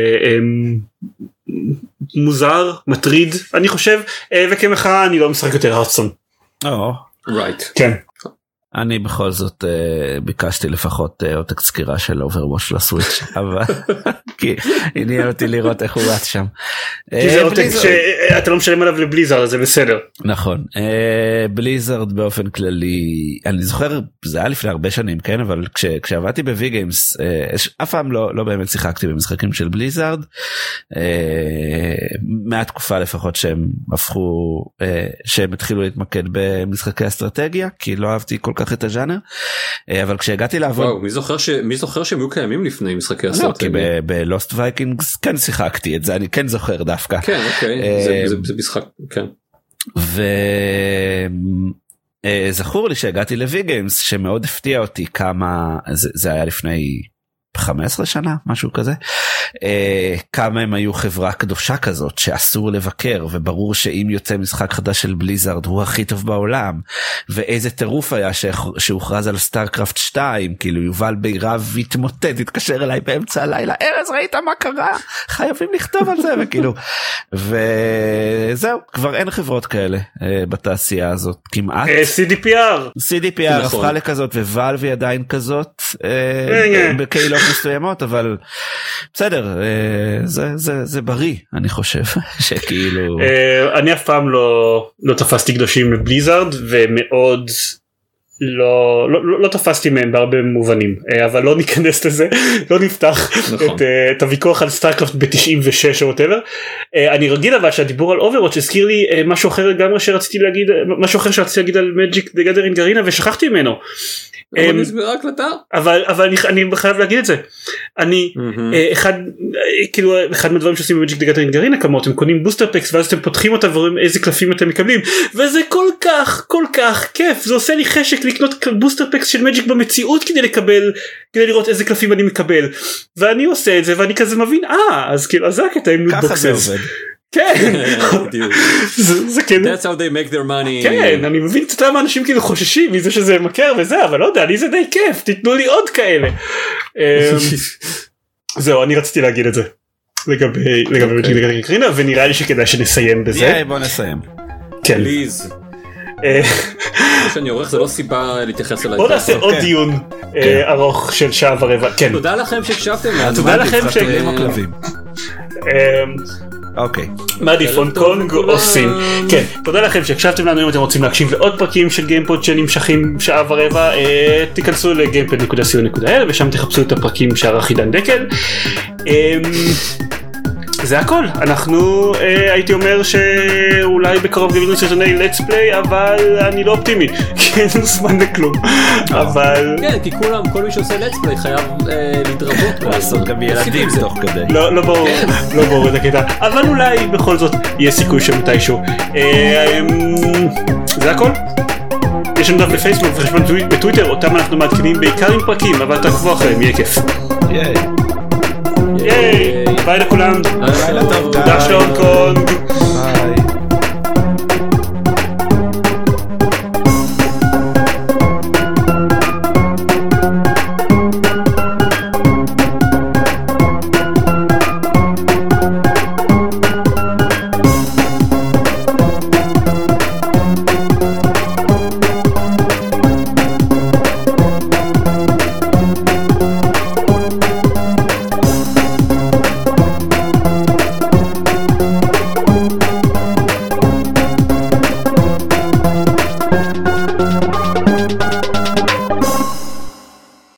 מוזר, מטריד, אני חושב, וכמחאה אני לא משחק יותר הרצון. right. כן. אני בכל זאת ביקשתי לפחות עותק סקירה של Overwatch לסוויץ', אבל כי עניין אותי לראות איך הוא רץ שם. כי זה עותק שאתה לא משלם עליו לבליזארד, אז זה בסדר. נכון. בליזארד באופן כללי, אני זוכר, זה היה לפני הרבה שנים, כן, אבל כשעבדתי בווי גיימס, אף פעם לא באמת שיחקתי במשחקים של בליזארד, מהתקופה לפחות שהם הפכו, שהם התחילו להתמקד במשחקי אסטרטגיה, כי לא אהבתי כל כך את הז'אנר, אבל כשהגעתי לעבוד, וואו, מי זוכר שהם היו קיימים לפני משחקי אסטרטגיה? לא, כי בלוסט וייקינגס כן שיחקתי את זה, אני כן זוכר דווקא. כן, אוקיי, זה משחק, כן. זכור לי שהגעתי לוי גיימס שמאוד הפתיע אותי כמה, זה היה לפני 15 שנה, משהו כזה, כמה הם היו חברה קדושה כזאת שאסור לבקר, וברור שאם יוצא משחק חדש של בליזארד הוא הכי טוב בעולם, ואיזה טירוף היה שהוכרז על סטארקראפט 2, כאילו יובל בירב התמוטט, התקשר אליי באמצע הלילה, ארז ראית מה קרה? חייבים לכתוב על זה, וכאילו, וזהו, כבר אין חברות כאלה בתעשייה הזאת, כמעט. CDPR הפכה לכזאת, ווואלב היא עדיין כזאת, בקהילות מסוימות, אבל בסדר, זה בריא, אני חושב, שכאילו... אני אף פעם לא תפסתי קדושים לבליזארד, ומאוד לא תפסתי מהם בהרבה מובנים, אבל לא ניכנס לזה, לא נפתח את הוויכוח על סטארקראפט ב-96 או whatever. אני רגיל אבל שהדיבור על אוברוואץ' הזכיר לי משהו אחר לגמרי שרציתי להגיד על Magic the Gathering Arena ושכחתי ממנו. אבל אני חייב להגיד את זה. אני אחד מהדברים שעושים ב-Magic the Gathering Arena כמות, הם קונים בוסטר פקס ואז אתם פותחים אותה ורואים איזה קלפים אתם מקבלים, וזה כל כך כיף, זה עושה לי חשק לקנות בוסטר פקס של Magic במציאות כדי לראות איזה קלפים אני מקבל, ואני עושה את זה ואני כזה מבין אז כאילו זה הקטע עם לוט בוקסס. כן, זה כאילו That's how they make their money. כן, אני מבין קצת למה אנשים כאילו חוששים מזה שזה מכר וזה, אבל לא יודע, לי זה די כיף, תיתנו לי עוד כאלה. זהו, אני רציתי להגיד את זה לגבי קרינה, ונראה לי שכדאי שנסיים בזה. בוא נסיים. כן. פליז. שאני עורך זה לא סיבה להתייחס אליי. בוא נעשה עוד דיון ארוך של שעה ורבע. תודה לכם שהקשבתם. תודה לכם אוקיי. מדי פונקונג עושים. כן, תודה לכם שהקשבתם לנו. אם אתם רוצים להקשיב לעוד פרקים של גיימפוד שנמשכים שעה ורבע, תיכנסו לגיימפוד.co.il ושם תחפשו את הפרקים שערך עידן דקל. זה הכל. אנחנו הייתי אומר שאולי בקרוב גבינו סרטוני let's play, אבל אני לא אופטימי כי אין זמן לכלום. אבל כן, כי כל מי שעושה let's play חייב להתרבות לעשות גם ילדים תוך כדי. לא ברור את הקטע, אבל אולי בכל זאת יהיה סיכוי שמתישהו. זה הכל. יש לנו דף בפייסבוק וחשבון בטוויטר, אותם אנחנו מעדכנים בעיקר עם פרקים, אבל תעקבו אחריהם, יהיה כיף. ייי, ביי לכולם. לילה טוב. תודה של הונג קונג.